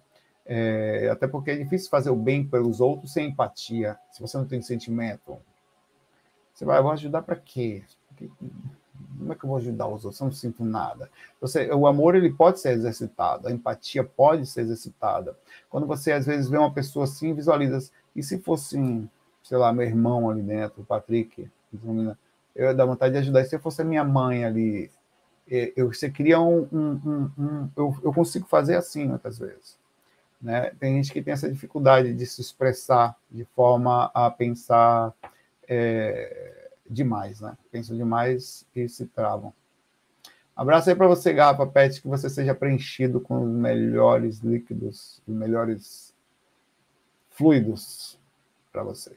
É, até porque é difícil fazer o bem pelos outros sem empatia. Se você não tem sentimento, você vai, vou ajudar para quê? Como é que eu vou ajudar os outros? Eu não sinto nada. Você, o amor, ele pode ser exercitado, a empatia pode ser exercitada. Quando você, às vezes, vê uma pessoa assim, visualiza, e se fosse, um, sei lá, meu irmão ali dentro, o Patrick, eu ia dar vontade de ajudar. E se fosse a minha mãe ali, eu, você cria um... um, um, um eu, eu consigo fazer assim, muitas vezes. Né? Tem gente que tem essa dificuldade de se expressar de forma a pensar... É, demais, né? Pensam demais e se travam. Abraço aí para você, Garrafa Pet, que você seja preenchido com os melhores líquidos, os melhores fluidos para você.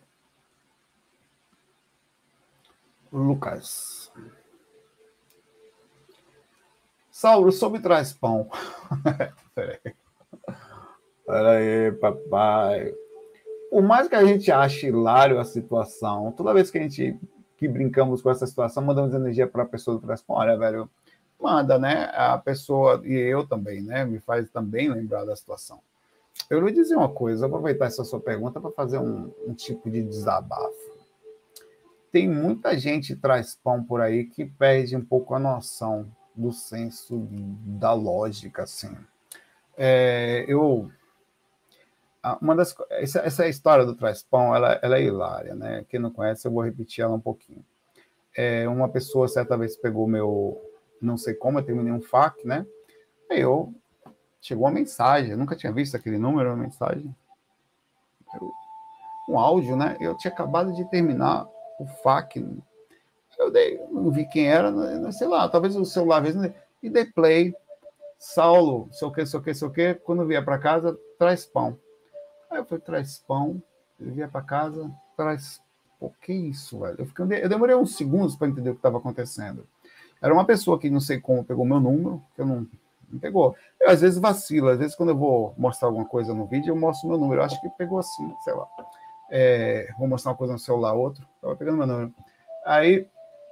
Lucas. Saulo, sobre traz pão. Peraí. Peraí, papai. Por mais que a gente ache hilário a situação, toda vez que a gente que brincamos com essa situação, mandamos energia para a pessoa do trás. Olha, velho, manda, né? A pessoa, e eu também, né? Me faz também lembrar da situação. Eu vou dizer uma coisa, vou aproveitar essa sua pergunta para fazer um, um tipo de desabafo. Tem muita gente traz pão por aí que perde um pouco a noção do senso da lógica, assim. É, eu... Uma das, essa, essa história do traz-pão, ela, ela é hilária, né? Quem não conhece, eu vou repetir ela um pouquinho. É, uma pessoa, certa vez, pegou meu... Não sei como, eu terminei um F A Q, né? Aí eu... Chegou uma mensagem, eu nunca tinha visto aquele número, uma mensagem. Eu, um áudio, né? Eu tinha acabado de terminar o F A Q. Eu dei, não vi quem era, sei lá, talvez o celular, às vezes, e dei play. Saulo, sei o que, sei o que, sei o que. Quando vier para casa, traz pão. Aí eu falei, traz pão, eu vinha para casa, traz... Pô, que isso, velho? Eu, fiquei... eu demorei uns segundos para entender o que estava acontecendo. Era uma pessoa que, não sei como, pegou meu número, que eu não, não pegou. Eu, às vezes, vacilo. Às vezes, quando eu vou mostrar alguma coisa no vídeo, eu mostro meu número. Eu acho que pegou assim, sei lá. É... Vou mostrar uma coisa no celular, outro. Estava pegando meu número. Aí...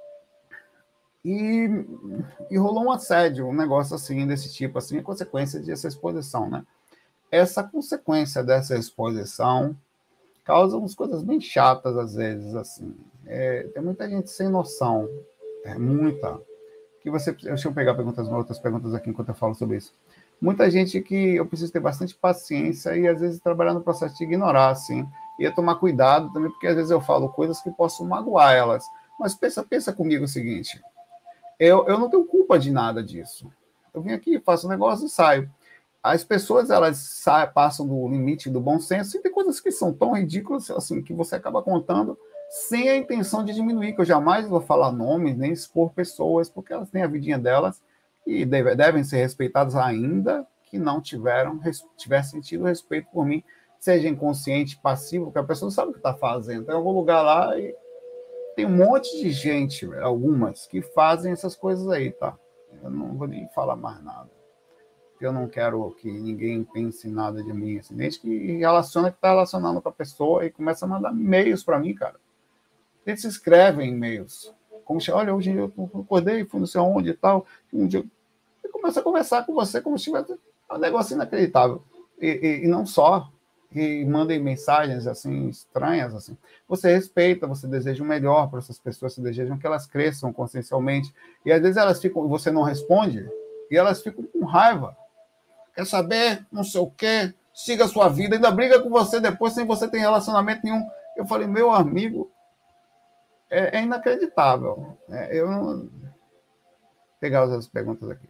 E... e rolou um assédio, um negócio assim, desse tipo, assim, a consequência dessa exposição, né? Essa consequência dessa exposição causa umas coisas bem chatas, às vezes, assim. É, tem muita gente sem noção, é, muita. Que você, deixa eu pegar perguntas, outras perguntas aqui enquanto eu falo sobre isso. Muita gente que eu preciso ter bastante paciência e, às vezes, trabalhar no processo de ignorar, assim. E tomar cuidado também, porque, às vezes, eu falo coisas que possam magoar elas. Mas pensa, pensa comigo o seguinte, eu, eu não tenho culpa de nada disso. Eu vim aqui, faço um negócio e saio. As pessoas, elas sa- passam do limite do bom senso e tem coisas que são tão ridículas assim que você acaba contando sem a intenção de diminuir, que eu jamais vou falar nomes nem expor pessoas, porque elas têm a vidinha delas e deve, devem ser respeitadas ainda que não tiveram res, tivessem tido respeito por mim, seja inconsciente, passivo, porque a pessoa não sabe o que está fazendo. Então eu vou lugar lá e tem um monte de gente, algumas, que fazem essas coisas aí, tá? Eu não vou nem falar mais nada. Eu não quero que ninguém pense nada de mim, assim, desde que relaciona que está relacionando com a pessoa e começa a mandar e-mails para mim, cara. Eles se escrevem e-mails. Como, olha, hoje eu acordei, fui não sei onde e tal, um dia eu começo a conversar com você como se tivesse um negócio inacreditável. E, e, e não só, e mandem mensagens assim estranhas, assim. Você respeita, você deseja o melhor para essas pessoas, você deseja que elas cresçam consciencialmente, e às vezes elas ficam, você não responde, e elas ficam com raiva. Quer saber? Não sei o quê. Siga a sua vida. Ainda briga com você depois sem você ter relacionamento nenhum. Eu falei, meu amigo, é, é inacreditável. É, eu não... Vou pegar as perguntas aqui.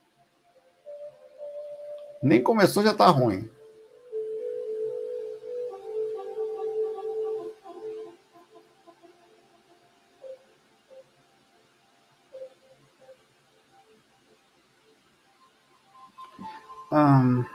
Nem começou, já está ruim. Hum...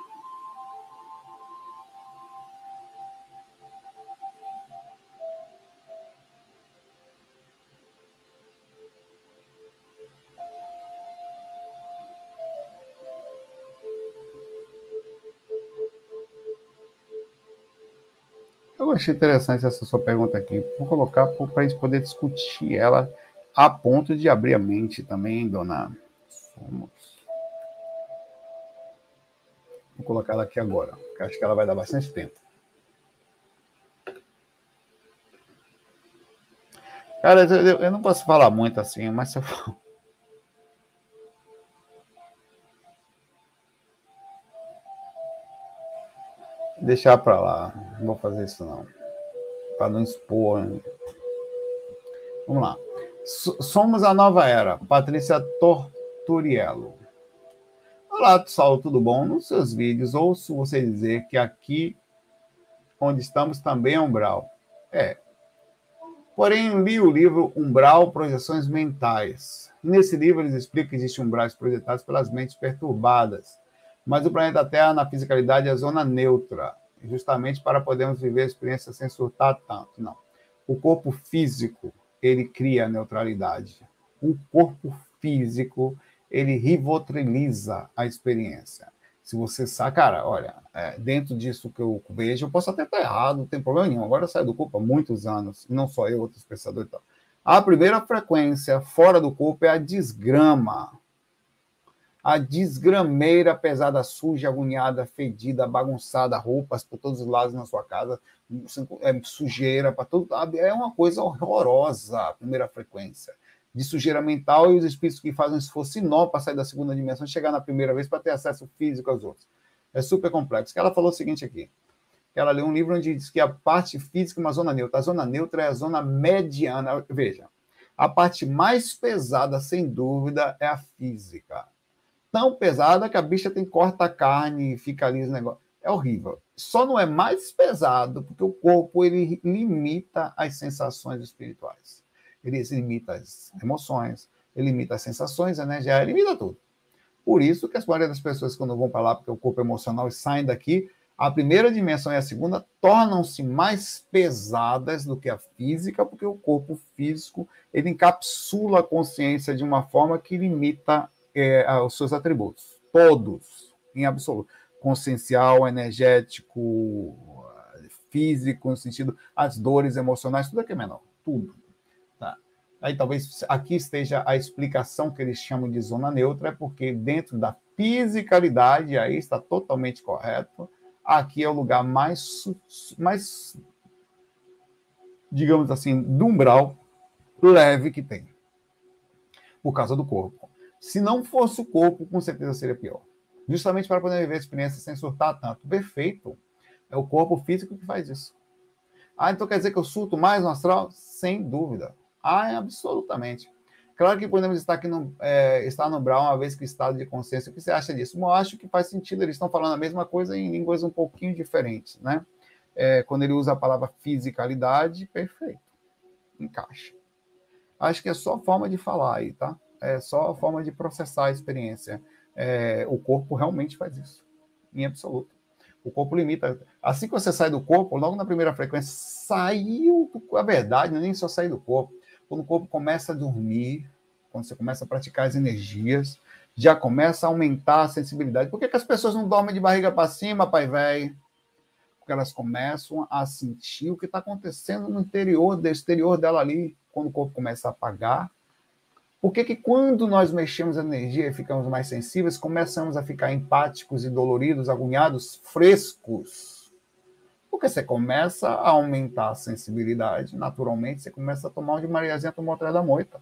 Eu achei interessante essa sua pergunta aqui. Vou colocar para a gente poder discutir ela a ponto de abrir a mente também, dona Somos. Vou colocar ela aqui agora, porque acho que ela vai dar bastante tempo. Cara, eu, eu não posso falar muito assim, mas se eu for... Deixar para lá. Não vou fazer isso, não. Para não expor. Né? Vamos lá. Somos a nova era. Patrícia Tortoriello. Olá, Saulo, tudo bom? Nos seus vídeos, ouço você dizer que aqui onde estamos também é umbral. É. Porém, li o livro Umbral, Projeções Mentais. Nesse livro, eles explicam que existem umbrais projetados pelas mentes perturbadas. Mas o planeta Terra, na fisicalidade, é a zona neutra, justamente para podermos viver a experiência sem surtar tanto. Não. O corpo físico, ele cria a neutralidade. O corpo físico, ele rivotriliza a experiência. Se você sabe, cara, olha, é, dentro disso que eu vejo, eu posso até estar errado, não tem problema nenhum. Agora eu saio do corpo há muitos anos, não só eu, outros pensadores e tal. A primeira frequência fora do corpo é a desgrama. A desgrameira pesada, suja, agoniada, fedida, bagunçada, roupas por todos os lados na sua casa, sujeira para tudo. É uma coisa horrorosa a primeira frequência. De sujeira mental e os espíritos que fazem um esforço enorme para sair da segunda dimensão e chegar na primeira vez para ter acesso físico aos outros. É super complexo. Ela falou o seguinte aqui. Ela leu um livro onde diz que a parte física é uma zona neutra. A zona neutra é a zona mediana. Veja, a parte mais pesada, sem dúvida, é a física. Tão pesada que a bicha tem corta a carne e fica ali os negócios. É horrível. Só não é mais pesado porque o corpo ele limita as sensações espirituais. Ele limita as emoções, ele limita as sensações, a energia, ele limita tudo. Por isso que a maioria das pessoas, quando vão para lá, porque o corpo emocional, e saem daqui, a primeira dimensão e a segunda tornam-se mais pesadas do que a física, porque o corpo físico ele encapsula a consciência de uma forma que limita é, os seus atributos, todos, em absoluto. Consciencial, energético, físico, no sentido, as dores emocionais, tudo aqui é menor, tudo. Tá? Aí talvez aqui esteja a explicação que eles chamam de zona neutra, é porque dentro da fisicalidade, aí está totalmente correto, aqui é o lugar mais, mais digamos assim, do umbral leve que tem, por causa do corpo. Se não fosse o corpo, com certeza seria pior. Justamente para poder viver a experiência sem surtar tanto. Perfeito. É o corpo físico que faz isso. Ah, então quer dizer que eu surto mais no astral? Sem dúvida. Ah, absolutamente. Claro que podemos estar aqui no, é, estar no umbral uma vez que estado de consciência. O que você acha disso? Eu acho que faz sentido. Eles estão falando a mesma coisa em línguas um pouquinho diferentes, né? É, quando ele usa a palavra fisicalidade, perfeito. Encaixa. Acho que é só a forma de falar aí, tá? É só a forma de processar a experiência. É, o corpo realmente faz isso, em absoluto. O corpo limita. Assim que você sai do corpo, logo na primeira frequência, saiu. A verdade, não é nem só sair do corpo. Quando o corpo começa a dormir, quando você começa a praticar as energias, já começa a aumentar a sensibilidade. Por que, que as pessoas não dormem de barriga para cima, pai velho? Porque elas começam a sentir o que está acontecendo no interior, do exterior dela ali, quando o corpo começa a apagar. Por que que quando nós mexemos a energia e ficamos mais sensíveis, começamos a ficar empáticos e doloridos, agoniados, frescos? Porque você começa a aumentar a sensibilidade, naturalmente, você começa a tomar onde Mariazinha tomou atrás da moita.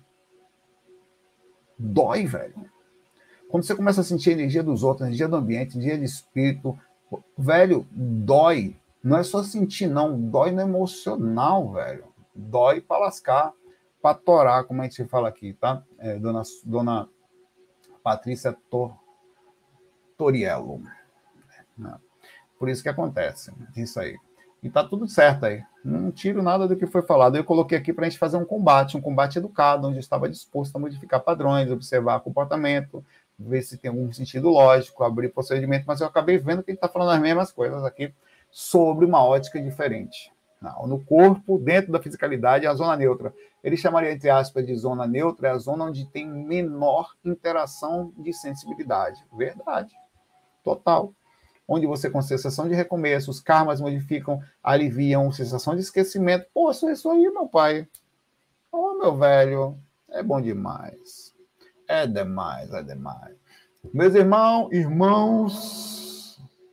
Dói, velho. Quando você começa a sentir a energia dos outros, a energia do ambiente, a energia de espírito, velho, dói. Não é só sentir, não. Dói no emocional, velho. Dói para lascar, para torar, como a gente fala aqui, tá? É, dona, dona Patrícia Tor, Toriello. Não. Por isso que acontece, isso aí. E tá tudo certo aí. Não tiro nada do que foi falado. Eu coloquei aqui para a gente fazer um combate, um combate educado, onde eu estava disposto a modificar padrões, observar comportamento, ver se tem algum sentido lógico, abrir procedimento, mas eu acabei vendo que ele está falando as mesmas coisas aqui sobre uma ótica diferente. Não, no corpo, dentro da fisicalidade, é a zona neutra. Ele chamaria, entre aspas, de zona neutra, é a zona onde tem menor interação de sensibilidade. Verdade. Total. Onde você, com sensação de recomeço, os karmas modificam, aliviam, sensação de esquecimento. Pô, só isso aí, meu pai. Ô, oh, meu velho, é bom demais. É demais, é demais. Meus irmãos, irmãos,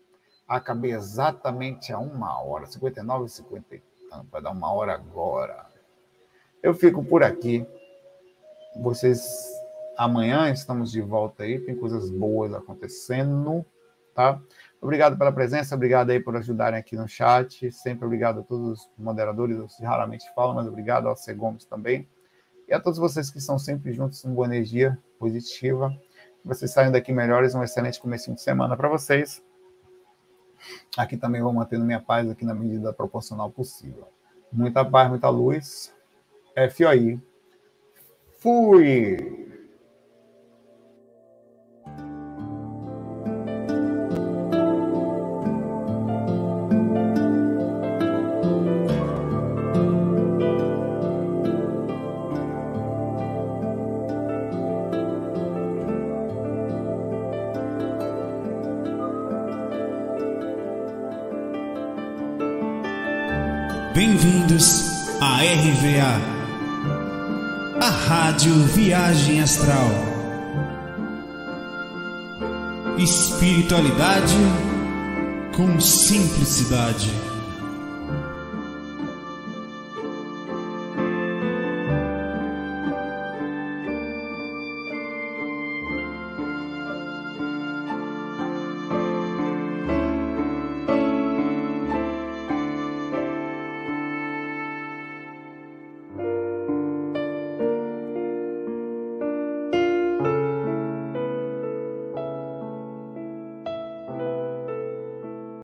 Acabei exatamente a uma hora, cinquenta e nove e cinquenta e tanto, vai dar uma hora agora. Eu fico por aqui. Vocês, amanhã estamos de volta aí, tem coisas boas acontecendo, tá? Obrigado pela presença, obrigado aí por ajudarem aqui no chat, sempre obrigado a todos os moderadores, eu raramente falo, mas obrigado ao C. Gomes também, e a todos vocês que estão sempre juntos com boa energia positiva, que vocês saiam daqui melhores, um excelente comecinho de semana para vocês. Aqui também vou mantendo minha paz aqui na medida proporcional possível. Muita paz, muita luz. F O I. Fui! Bem-vindos à R V A, a Rádio Viagem Astral. Espiritualidade com simplicidade.